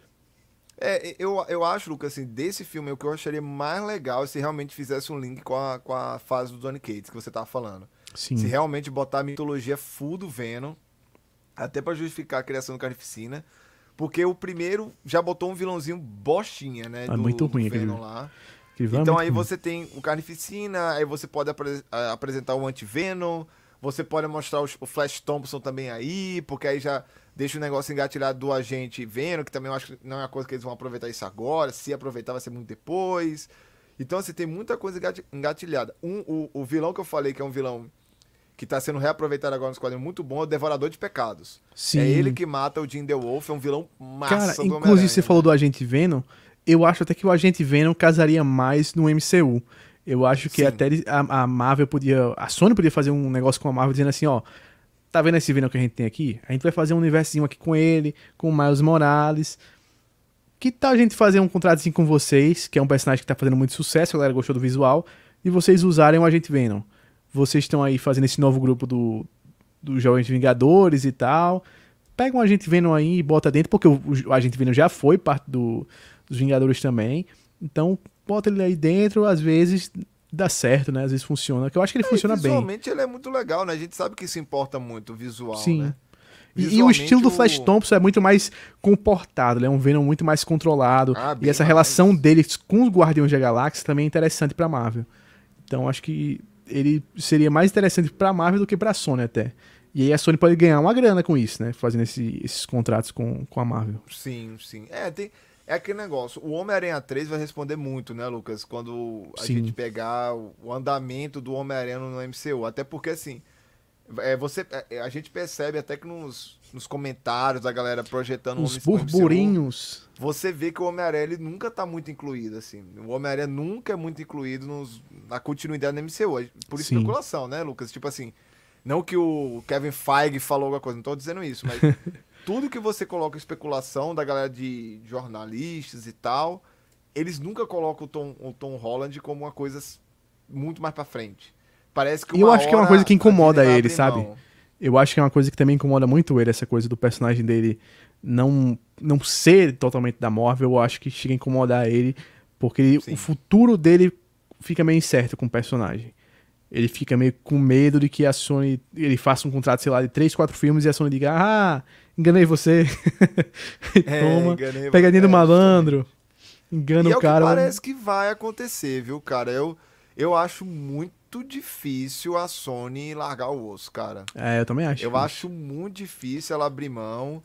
S2: É, eu, eu acho, Lucas, assim, desse filme, o que eu acharia mais legal é se realmente fizesse um link com a, com a fase do Donny Cates, que você tava falando.
S1: Sim.
S2: Se realmente botar a mitologia full do Venom, até pra justificar a criação do Carnificina, porque o primeiro já botou um vilãozinho bostinha, né?
S1: É
S2: do,
S1: muito
S2: do
S1: ruim aquele
S2: Venom
S1: vilão.
S2: lá.
S1: Que vai
S2: Então
S1: muito
S2: aí
S1: ruim.
S2: você tem o Carnificina, aí você pode apre- a- apresentar o Anti-Venom, você pode mostrar os- o Flash Thompson também aí, porque aí já deixa o negócio engatilhado do agente Venom, que também eu acho que não é uma coisa que eles vão aproveitar isso agora, se aproveitar vai ser muito depois. Então assim, tem muita coisa engati- engatilhada. Um, o, o vilão que eu falei, que é um vilão que tá sendo reaproveitado agora nos quadrinhos muito bom, é o Devorador de Pecados.
S1: Sim.
S2: É ele que mata o Jim The Wolf, é um vilão massa
S1: Cara,
S2: do
S1: inclusive
S2: Homem-Aranha,
S1: você falou
S2: né?
S1: do Agente Venom, eu acho até que o Agente Venom casaria mais no M C U. Eu acho que
S2: Sim.
S1: até ele- a, a Marvel podia, a Sony podia fazer um negócio com a Marvel dizendo assim, ó, tá vendo esse Venom que a gente tem aqui? A gente vai fazer um universinho aqui com ele, com o Miles Morales. Que tal a gente fazer um contratozinho com vocês, que é um personagem que tá fazendo muito sucesso, a galera gostou do visual, e vocês usarem o Agente Venom. Vocês estão aí fazendo esse novo grupo do, dos Jovens Vingadores e tal. Pega um Agente Venom aí e bota dentro, porque o, o Agente Venom já foi parte do, dos Vingadores também. Então, bota ele aí dentro, às vezes dá certo, né? Às vezes funciona, que eu acho que ele funciona
S2: E
S1: bem.
S2: visualmente ele é muito legal, né? A gente sabe que isso importa muito, o visual,
S1: Sim.
S2: né?
S1: E, e o
S2: Visualmente,
S1: estilo do
S2: o-
S1: Flash Thompson é muito mais comportado, ele é um Venom muito mais controlado.
S2: Ah,
S1: e
S2: bem
S1: essa
S2: mais.
S1: relação deles com os Guardiões da Galáxia também é interessante pra Marvel. Então acho que ele seria mais interessante pra Marvel do que pra Sony até. E aí a Sony pode ganhar uma grana com isso, né? Fazendo esse- esses contratos com, com a Marvel.
S2: Sim, sim. É, tem, é aquele negócio. O Homem-Aranha três vai responder muito, né, Lucas? Quando a
S1: Sim.
S2: gente pegar o, o andamento do Homem-Aranha no M C U. Até porque, assim, é, você, é, a gente percebe até que nos, nos comentários da galera projetando
S1: Os
S2: o M C U,
S1: burburinhos.
S2: você vê que o Homem-Aranha ele nunca tá muito incluído, assim. O Homem-Aranha nunca é muito incluído nos, na continuidade do M C U. Por
S1: Sim.
S2: especulação, né, Lucas? Tipo assim, não que o Kevin Feige falou alguma coisa, não tô dizendo isso, mas tudo que você coloca em especulação da galera de jornalistas e tal, eles nunca colocam o Tom, o Tom Holland como uma coisa muito mais pra frente. Parece que
S1: E eu
S2: uma
S1: acho que é uma
S2: hora
S1: coisa que
S2: a
S1: incomoda
S2: Disney vai
S1: ele,
S2: abrir
S1: sabe?
S2: mão.
S1: Eu acho que é uma coisa que também incomoda muito ele, essa coisa do personagem dele não, não ser totalmente da Marvel. Eu acho que chega a incomodar ele, porque ele-
S2: Sim.
S1: o futuro dele fica meio incerto com o personagem. Ele fica meio com medo de que a Sony ele faça um contrato, sei lá, de três, quatro filmes e a Sony diga, ah, enganei você. E
S2: É,
S1: toma,
S2: enganei
S1: pegadinha do
S2: você. É,
S1: malandro. Engana
S2: E é
S1: o
S2: o que
S1: cara.
S2: parece que vai acontecer, viu, cara? Eu, eu acho muito difícil a Sony largar o osso, cara.
S1: É, eu também acho.
S2: Eu acho muito difícil ela abrir mão.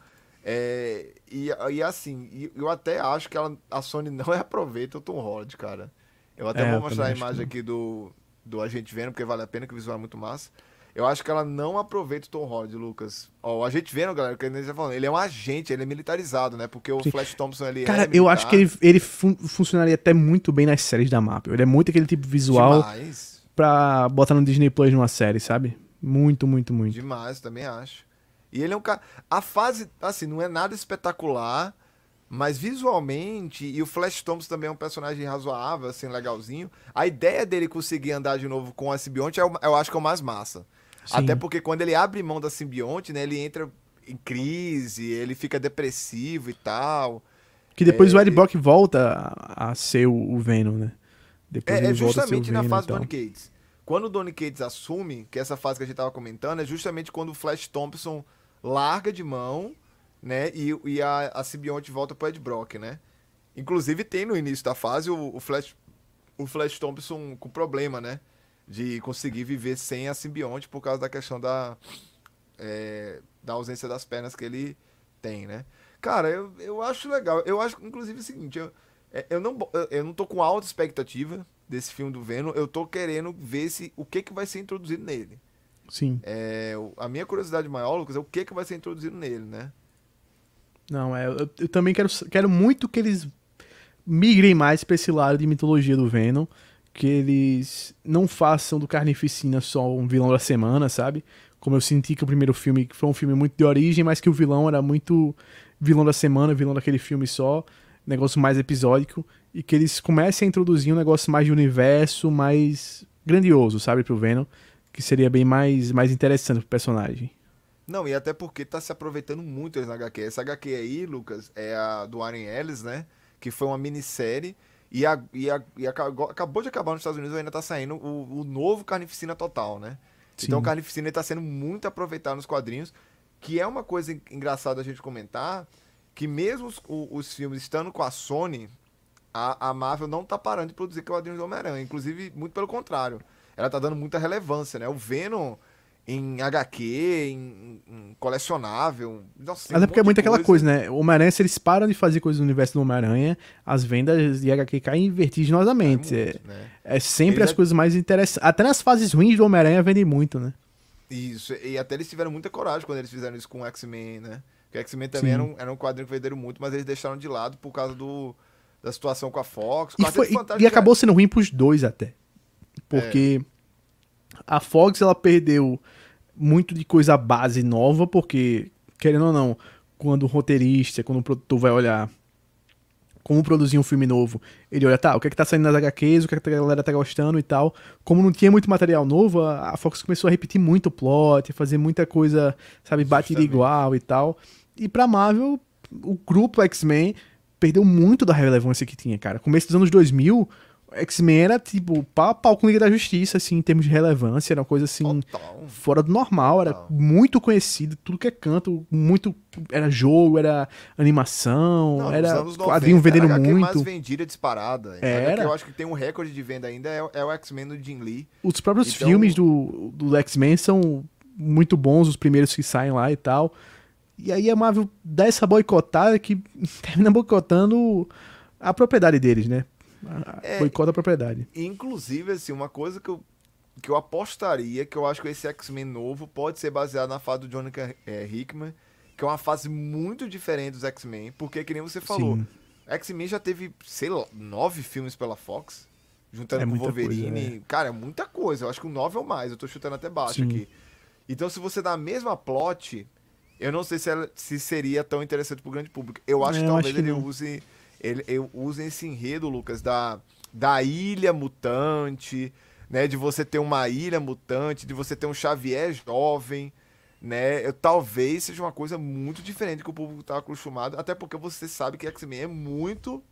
S2: é, e, e assim, e eu até acho que ela, a Sony não aproveita o Tom Holland, cara. Eu até
S1: É, eu
S2: vou mostrar a
S1: também acho
S2: imagem
S1: que
S2: aqui do, do Agente Venom, porque vale a pena, que o visual é muito massa. Eu acho que ela não aproveita o Tom Holland, Lucas. Ó, o Agente Venom, galera, que a gente tá falando, ele é um agente, ele é militarizado, né? Porque o
S1: Sim.
S2: Flash Thompson, ele
S1: Cara,
S2: é
S1: eu acho que
S2: militar.
S1: ele, ele fun- funcionaria até muito bem nas séries da Marvel. Ele é muito aquele tipo de visual
S2: Demais.
S1: pra botar no Disney Plus numa série, sabe? Muito, muito, muito.
S2: Demais, também acho. E ele é um cara. A fase, assim, não é nada espetacular, mas visualmente, e o Flash Thompson também é um personagem razoável, assim, legalzinho. A ideia dele conseguir andar de novo com a simbionte, eu, eu acho que é o mais massa.
S1: Sim.
S2: Até porque quando ele abre mão da simbionte, né, ele entra em crise, ele fica depressivo e tal.
S1: Que depois
S2: É,
S1: o Ed Brock volta a, a ser o, o Venom, né? Depois
S2: É, é
S1: ele volta a ser o
S2: justamente na
S1: Venom
S2: fase
S1: e
S2: do
S1: tal.
S2: Donny Cates. Quando o Donny Cates assume, que é essa fase que a gente tava comentando, é justamente quando o Flash Thompson larga de mão, né? E, e a, a simbionte volta pro Ed Brock, né? Inclusive tem no início da fase o, o Flash o Flash Thompson com problema, né? De conseguir viver sem a simbionte por causa da questão da, é, da ausência das pernas que ele tem, né? Cara, eu, eu acho legal. Eu acho, inclusive, o seguinte, eu, é, eu, não, eu não tô com alta expectativa desse filme do Venom, eu tô querendo ver se, o que, que vai ser introduzido nele.
S1: Sim.
S2: É, a minha curiosidade maior, Lucas, é o que, que vai ser introduzido nele, né?
S1: Não, é, eu, eu também quero, quero muito que eles migrem mais pra esse lado de mitologia do Venom, que eles não façam do Carnificina só um vilão da semana, sabe? Como eu senti que o primeiro filme foi um filme muito de origem, mas que o vilão era muito vilão da semana, vilão daquele filme só, negócio mais episódico, e que eles comecem a introduzir um negócio mais de universo, mais grandioso, sabe, pro Venom, que seria bem mais, mais interessante pro personagem.
S2: Não, e até porque tá se aproveitando muito eles na agá quê. Essa agá quê aí, Lucas, é a do Warren Ellis, né? Que foi uma minissérie. E, a, e, a, e acabou, acabou de acabar nos Estados Unidos, ainda tá saindo o, o novo Carnificina Total, né?
S1: Sim.
S2: Então o Carnificina está sendo muito aproveitado nos quadrinhos, que é uma coisa engraçada a gente comentar, que mesmo os, os filmes estando com a Sony, a, a Marvel não tá parando de produzir quadrinhos do Homem-Aranha. Inclusive, muito pelo contrário. Ela tá dando muita relevância, né? O Venom em agá quê, em, em colecionável. Nossa, tem
S1: Mas
S2: um
S1: é porque é
S2: monte
S1: muito
S2: de
S1: aquela coisa, né? O Homem-Aranha, se eles param de fazer coisas no universo do Homem-Aranha, as vendas de agá quê caem vertiginosamente.
S2: Cai
S1: É,
S2: muito, né?
S1: é sempre
S2: Eles
S1: as
S2: já-
S1: coisas mais interessantes. Até nas fases ruins do Homem-Aranha vendem muito, né?
S2: Isso, e até eles tiveram muita coragem quando eles fizeram isso com o X-Men, né? Porque o X-Men também
S1: Sim.
S2: era um, era um quadrinho que venderam muito, mas eles deixaram de lado por causa do, da situação com a Fox.
S1: E,
S2: Quarteto
S1: foi- e-
S2: Fantástico
S1: e acabou
S2: é-
S1: sendo ruim pros dois até. Porque a Fox, ela perdeu muito de coisa base nova, porque, querendo ou não, quando o roteirista, quando o produtor vai olhar como produzir um filme novo, ele olha, tá, o que é que tá saindo nas agá quês, o que é que a galera tá gostando e tal. Como não tinha muito material novo, a a Fox começou a repetir muito o plot, fazer muita coisa, sabe, batida
S2: Justamente.
S1: igual e tal. E pra Marvel, o grupo X-Men perdeu muito da relevância que tinha, cara. Começo dos anos dois mil, o X-Men era, tipo, pau a pau com Liga da Justiça, assim, em termos de relevância, era uma coisa, assim,
S2: Total.
S1: fora do normal, era
S2: Total.
S1: muito conhecido, tudo que é canto, muito, era jogo, era animação,
S2: Não, nos
S1: era
S2: anos
S1: quadrinho
S2: noventa,
S1: vendendo
S2: a agá quê mais
S1: muito.
S2: vendida disparada. A
S1: Era.
S2: agá quê eu acho que tem um recorde de venda ainda, é, o- é o X-Men do Jim Lee.
S1: Os próprios
S2: Então-
S1: filmes do, do X-Men são muito bons, os primeiros que saem lá e tal. E aí a Marvel dá essa boicotada que termina boicotando a propriedade deles, né? A- a-
S2: É.
S1: Boicota a propriedade.
S2: Inclusive, assim, uma coisa que eu, que eu apostaria, que eu acho que esse X-Men novo pode ser baseado na fase do Jonathan é, Hickman, que é uma fase muito diferente dos X-Men, porque, que nem você falou,
S1: Sim.
S2: X-Men já teve, sei lá, nove filmes pela Fox, juntando
S1: É
S2: com o
S1: muita coisa,
S2: Wolverine. Cara, é muita coisa. Eu acho que um nove ou mais, eu tô chutando até baixo
S1: Sim.
S2: aqui. Então, se você dá a mesma plot, eu não sei se, ela- se seria tão interessante pro grande público. Eu acho
S1: É,
S2: que
S1: eu
S2: talvez
S1: acho que
S2: ele
S1: não.
S2: use ele, eu use esse enredo, Lucas, da, da ilha mutante, né? De você ter uma ilha mutante, de você ter um Xavier jovem, né? Eu, talvez seja uma coisa muito diferente que o público tá acostumado, até porque você sabe que X-Men é muito...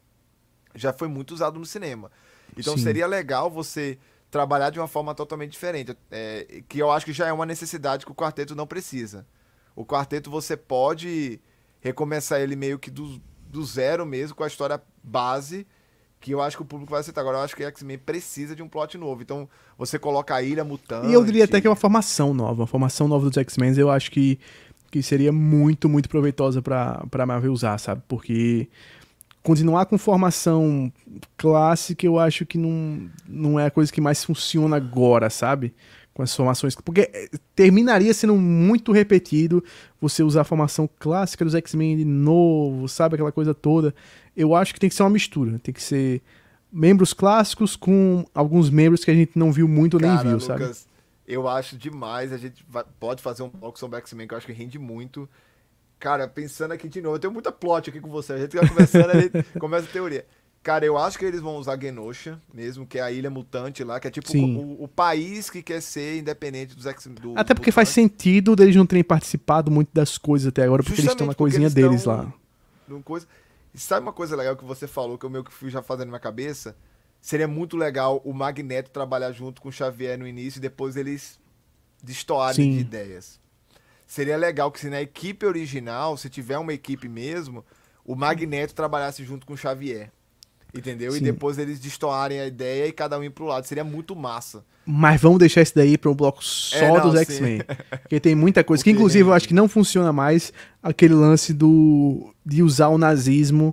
S2: já foi muito usado no cinema. Então
S1: Sim.
S2: seria legal você trabalhar de uma forma totalmente diferente, é, que eu acho que já é uma necessidade que o quarteto não precisa. O quarteto você pode recomeçar ele meio que do, do zero mesmo, com a história base, que eu acho que o público vai aceitar. Agora eu acho que X-Men precisa de um plot novo. Então você coloca a ilha mutante.
S1: E eu diria até que é uma formação nova. Uma formação nova dos X-Men eu acho que, que seria muito, muito proveitosa pra, pra Marvel usar, sabe? Porque continuar com formação clássica eu acho que não, não é a coisa que mais funciona agora, sabe? Com as formações. Porque eh, terminaria sendo muito repetido você usar a formação clássica dos X-Men de novo, sabe? Aquela coisa toda. Eu acho que tem que ser uma mistura. Tem que ser membros clássicos com alguns membros que a gente não viu muito ou nem
S2: Cara,
S1: viu, sabe?
S2: Lucas, eu acho demais. A gente vai- pode fazer um bloco sobre X-Men que eu acho que rende muito. Cara, pensando aqui de novo, eu tenho muita plot aqui com você. A gente vai conversando, a gente começa a teoria. Cara, eu acho que eles vão usar Genosha mesmo, que é a ilha mutante lá, que é tipo
S1: Sim.
S2: o, o país que quer ser independente dos X-Men. do-
S1: Até
S2: do
S1: porque faz
S2: mutante.
S1: sentido deles não terem participado muito das coisas até agora, porque eles estão na
S2: Justamente porque
S1: coisinha
S2: eles
S1: deles
S2: tão
S1: lá.
S2: num coisa... E sabe uma coisa legal que você falou, que eu meio que fui já fazendo na minha cabeça? Seria muito legal o Magneto trabalhar junto com o Xavier no início e depois eles destoarem
S1: Sim.
S2: de ideias. Seria legal que se na equipe original, se tiver uma equipe mesmo, o Magneto trabalhasse junto com o Xavier. Entendeu?
S1: Sim.
S2: E depois eles destoarem a ideia e cada um ir pro lado. Seria muito massa.
S1: Mas vamos deixar isso daí para um bloco só
S2: É, não,
S1: dos
S2: sim.
S1: X-Men. Porque tem muita coisa. Que
S2: Porque-
S1: inclusive eu acho que não funciona mais aquele lance do de usar o nazismo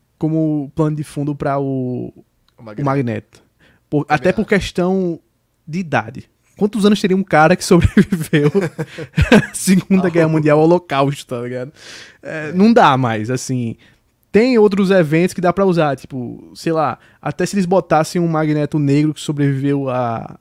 S1: como plano de fundo para o,
S2: O
S1: o
S2: Magneto.
S1: Magneto. Por- até por
S2: acho.
S1: questão de idade. Quantos anos teria um cara que sobreviveu à Segunda Guerra Mundial, ao Holocausto, tá ligado? É, não dá mais, assim. Tem outros eventos que dá pra usar, tipo, sei lá, até se eles botassem um Magneto negro que sobreviveu a,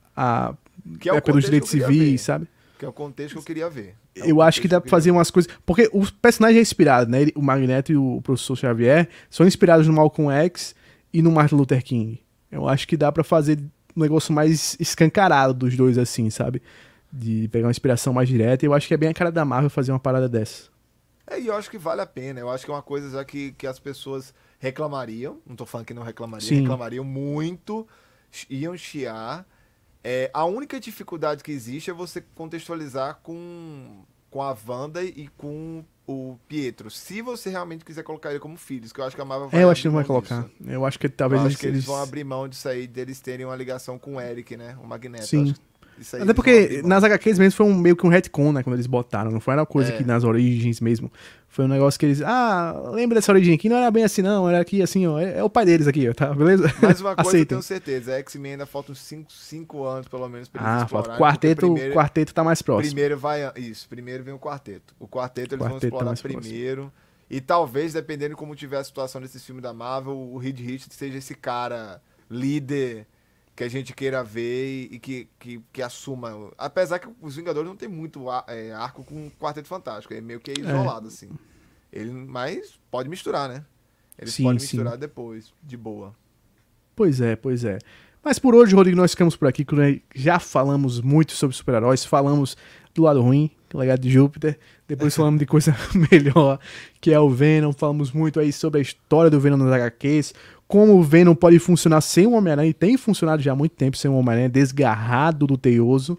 S1: a
S2: Que é o
S1: é, pelos
S2: contexto
S1: direitos
S2: que eu queria
S1: civis,
S2: ver.
S1: sabe?
S2: Que é o contexto que eu queria ver. É o
S1: Eu acho que
S2: contexto
S1: dá pra
S2: eu
S1: fazer
S2: queria
S1: umas coisas. Porque o personagem é inspirado, né? Ele- o Magneto e o professor Xavier são inspirados no Malcolm X e no Martin Luther King. Eu acho que dá pra fazer um negócio mais escancarado dos dois, assim, sabe? De pegar uma inspiração mais direta. E eu acho que é bem a cara da Marvel fazer uma parada dessa.
S2: É, e eu acho que vale a pena. Eu acho que é uma coisa já que, que as pessoas reclamariam. Não tô falando que não reclamariam,
S1: Sim.
S2: reclamariam muito, iam chiar. É, a única dificuldade que existe é você contextualizar com, com a Wanda e com o Pietro. Se você realmente quiser colocar ele como filhos, que eu acho que a Marvel vai
S1: É, eu acho que
S2: abrir
S1: não vai
S2: mão
S1: colocar.
S2: disso.
S1: Eu acho que
S2: Eu
S1: talvez
S2: acho
S1: eles,
S2: que eles
S1: eles-
S2: vão abrir mão disso aí, deles terem uma ligação com o Eric, né? O Magneto.
S1: Sim.
S2: Eu acho que isso aí
S1: Até
S2: eles vão
S1: porque
S2: abrir mão.
S1: nas H Qs mesmo foi um, meio que um retcon, né? Quando eles botaram. Não foi uma coisa
S2: É.
S1: que nas origens mesmo. Foi um negócio que eles. Ah, lembra dessa origem aqui? Não era bem assim, não. Era aqui assim, ó. É, é o pai deles aqui, ó, tá? Beleza?
S2: Mas uma coisa eu
S1: Aceitem.
S2: tenho certeza, a X-Men ainda faltam uns cinco anos, pelo menos, pra eles
S1: Ah,
S2: explorarem.
S1: falta. Quarteto,
S2: porque primeiro,
S1: quarteto tá mais próximo.
S2: primeiro vai... Isso, primeiro vem o quarteto. O quarteto eles
S1: Quarteto tá
S2: vão explorar
S1: mais próximo.
S2: primeiro. E talvez, dependendo de como tiver a situação desses filmes da Marvel, o Reed Richards seja esse cara líder que a gente queira ver e que, que, que assuma. Apesar que os Vingadores não tem muito ar- é, arco com o Quarteto Fantástico, é meio que isolado, assim. Ele, mas pode misturar, né? Eles
S1: Sim,
S2: podem
S1: sim.
S2: misturar depois, de boa.
S1: Pois é, pois é. Mas por hoje, Rodrigo, nós ficamos por aqui. que Já falamos muito sobre super-heróis. Falamos do lado ruim, que é o legado de Júpiter. Depois falamos de coisa melhor, que é o Venom. Falamos muito aí sobre a história do Venom nos H Qs. Como o Venom pode funcionar sem o Homem-Aranha. E tem funcionado já há muito tempo sem o Homem-Aranha, desgarrado do teioso.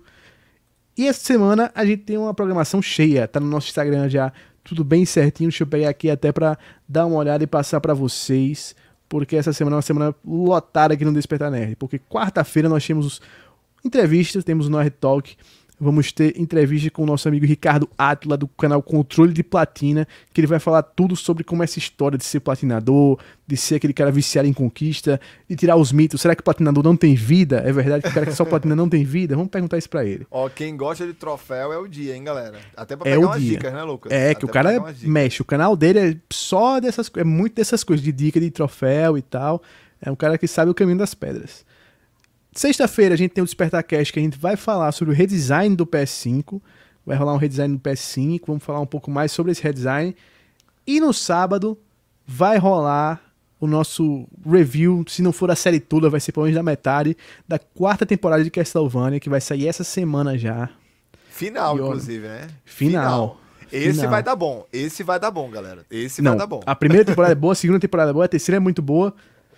S1: E essa semana a gente tem uma programação cheia. Tá no nosso Instagram já, tudo bem certinho. Deixa eu pegar aqui até pra dar uma olhada e passar pra vocês. Porque essa semana é uma semana lotada aqui no Despertar Nerd. Porque quarta-feira nós temos entrevistas, temos o Nerd Talk. Vamos ter entrevista com o nosso amigo Ricardo Átila, do canal Controle de Platina, que ele vai falar tudo sobre como é essa história de ser platinador, de ser aquele cara viciado em conquista, de tirar os mitos. Será que o platinador não tem vida? É verdade que o cara que só platina não tem vida? Vamos perguntar isso pra ele.
S2: Ó, quem gosta de troféu é o dia, hein, galera? Até pra
S1: É
S2: pegar
S1: o
S2: umas
S1: dia.
S2: dicas, né, Lucas?
S1: É,
S2: Até
S1: que o
S2: pra
S1: cara
S2: pegar umas dicas.
S1: mexe. O canal dele é só dessas coisas, é muito dessas coisas, de dica de troféu e tal. É um cara que sabe o caminho das pedras. Sexta-feira a gente tem o Despertar Cast, que a gente vai falar sobre o redesign do P S cinco. Vai rolar um redesign do P S cinco, vamos falar um pouco mais sobre esse redesign. E no sábado vai rolar o nosso review, se não for a série toda, vai ser pelo menos da metade, da quarta temporada de Castlevania, que vai sair essa semana já.
S2: Final,
S1: E olha,
S2: inclusive, né?
S1: Final.
S2: Esse
S1: Final.
S2: vai dar bom. Esse vai dar bom, galera. Esse
S1: Não,
S2: vai dar bom.
S1: a primeira temporada é boa, a segunda temporada é boa, a terceira é muito boa.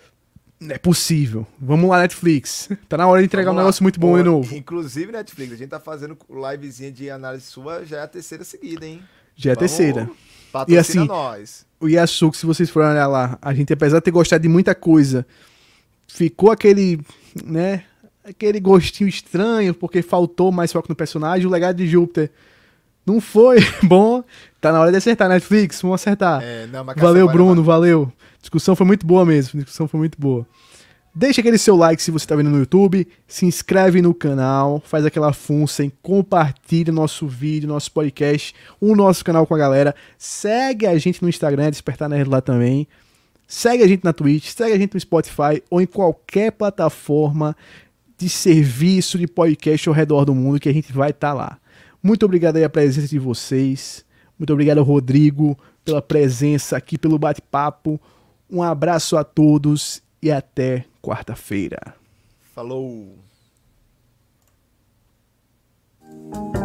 S1: É possível. Vamos lá, Netflix. Tá na hora de entregar
S2: Vamos
S1: um
S2: lá.
S1: negócio muito bom de
S2: Pô,
S1: novo.
S2: Inclusive, Netflix, a gente tá fazendo livezinha de análise sua, já é a terceira seguida, hein?
S1: Já é a
S2: Vamos-
S1: terceira.
S2: Patrocina
S1: E assim,
S2: nós.
S1: O Yasuko, se vocês forem olhar lá, a gente, apesar de ter gostado de muita coisa, ficou aquele, né, aquele gostinho estranho, porque faltou mais foco no personagem. O legado de Júpiter não foi bom. Tá na hora de acertar, Netflix, vamos acertar.
S2: É, não, mas
S1: Valeu,
S2: Castlevania
S1: Bruno,
S2: vai-
S1: valeu. A discussão foi muito boa mesmo, a discussão foi muito boa. Deixa aquele seu like se você tá vendo no YouTube, se inscreve no canal, faz aquela função e compartilha nosso vídeo, nosso podcast, o nosso canal com a galera. Segue a gente no Instagram, Despertar Nerd lá também. Segue a gente na Twitch, segue a gente no Spotify ou em qualquer plataforma de serviço de podcast ao redor do mundo que a gente vai estar lá. Muito obrigado aí a presença de vocês. Muito obrigado ao Rodrigo pela presença aqui, pelo bate-papo. Um abraço a todos e até quarta-feira.
S2: Falou.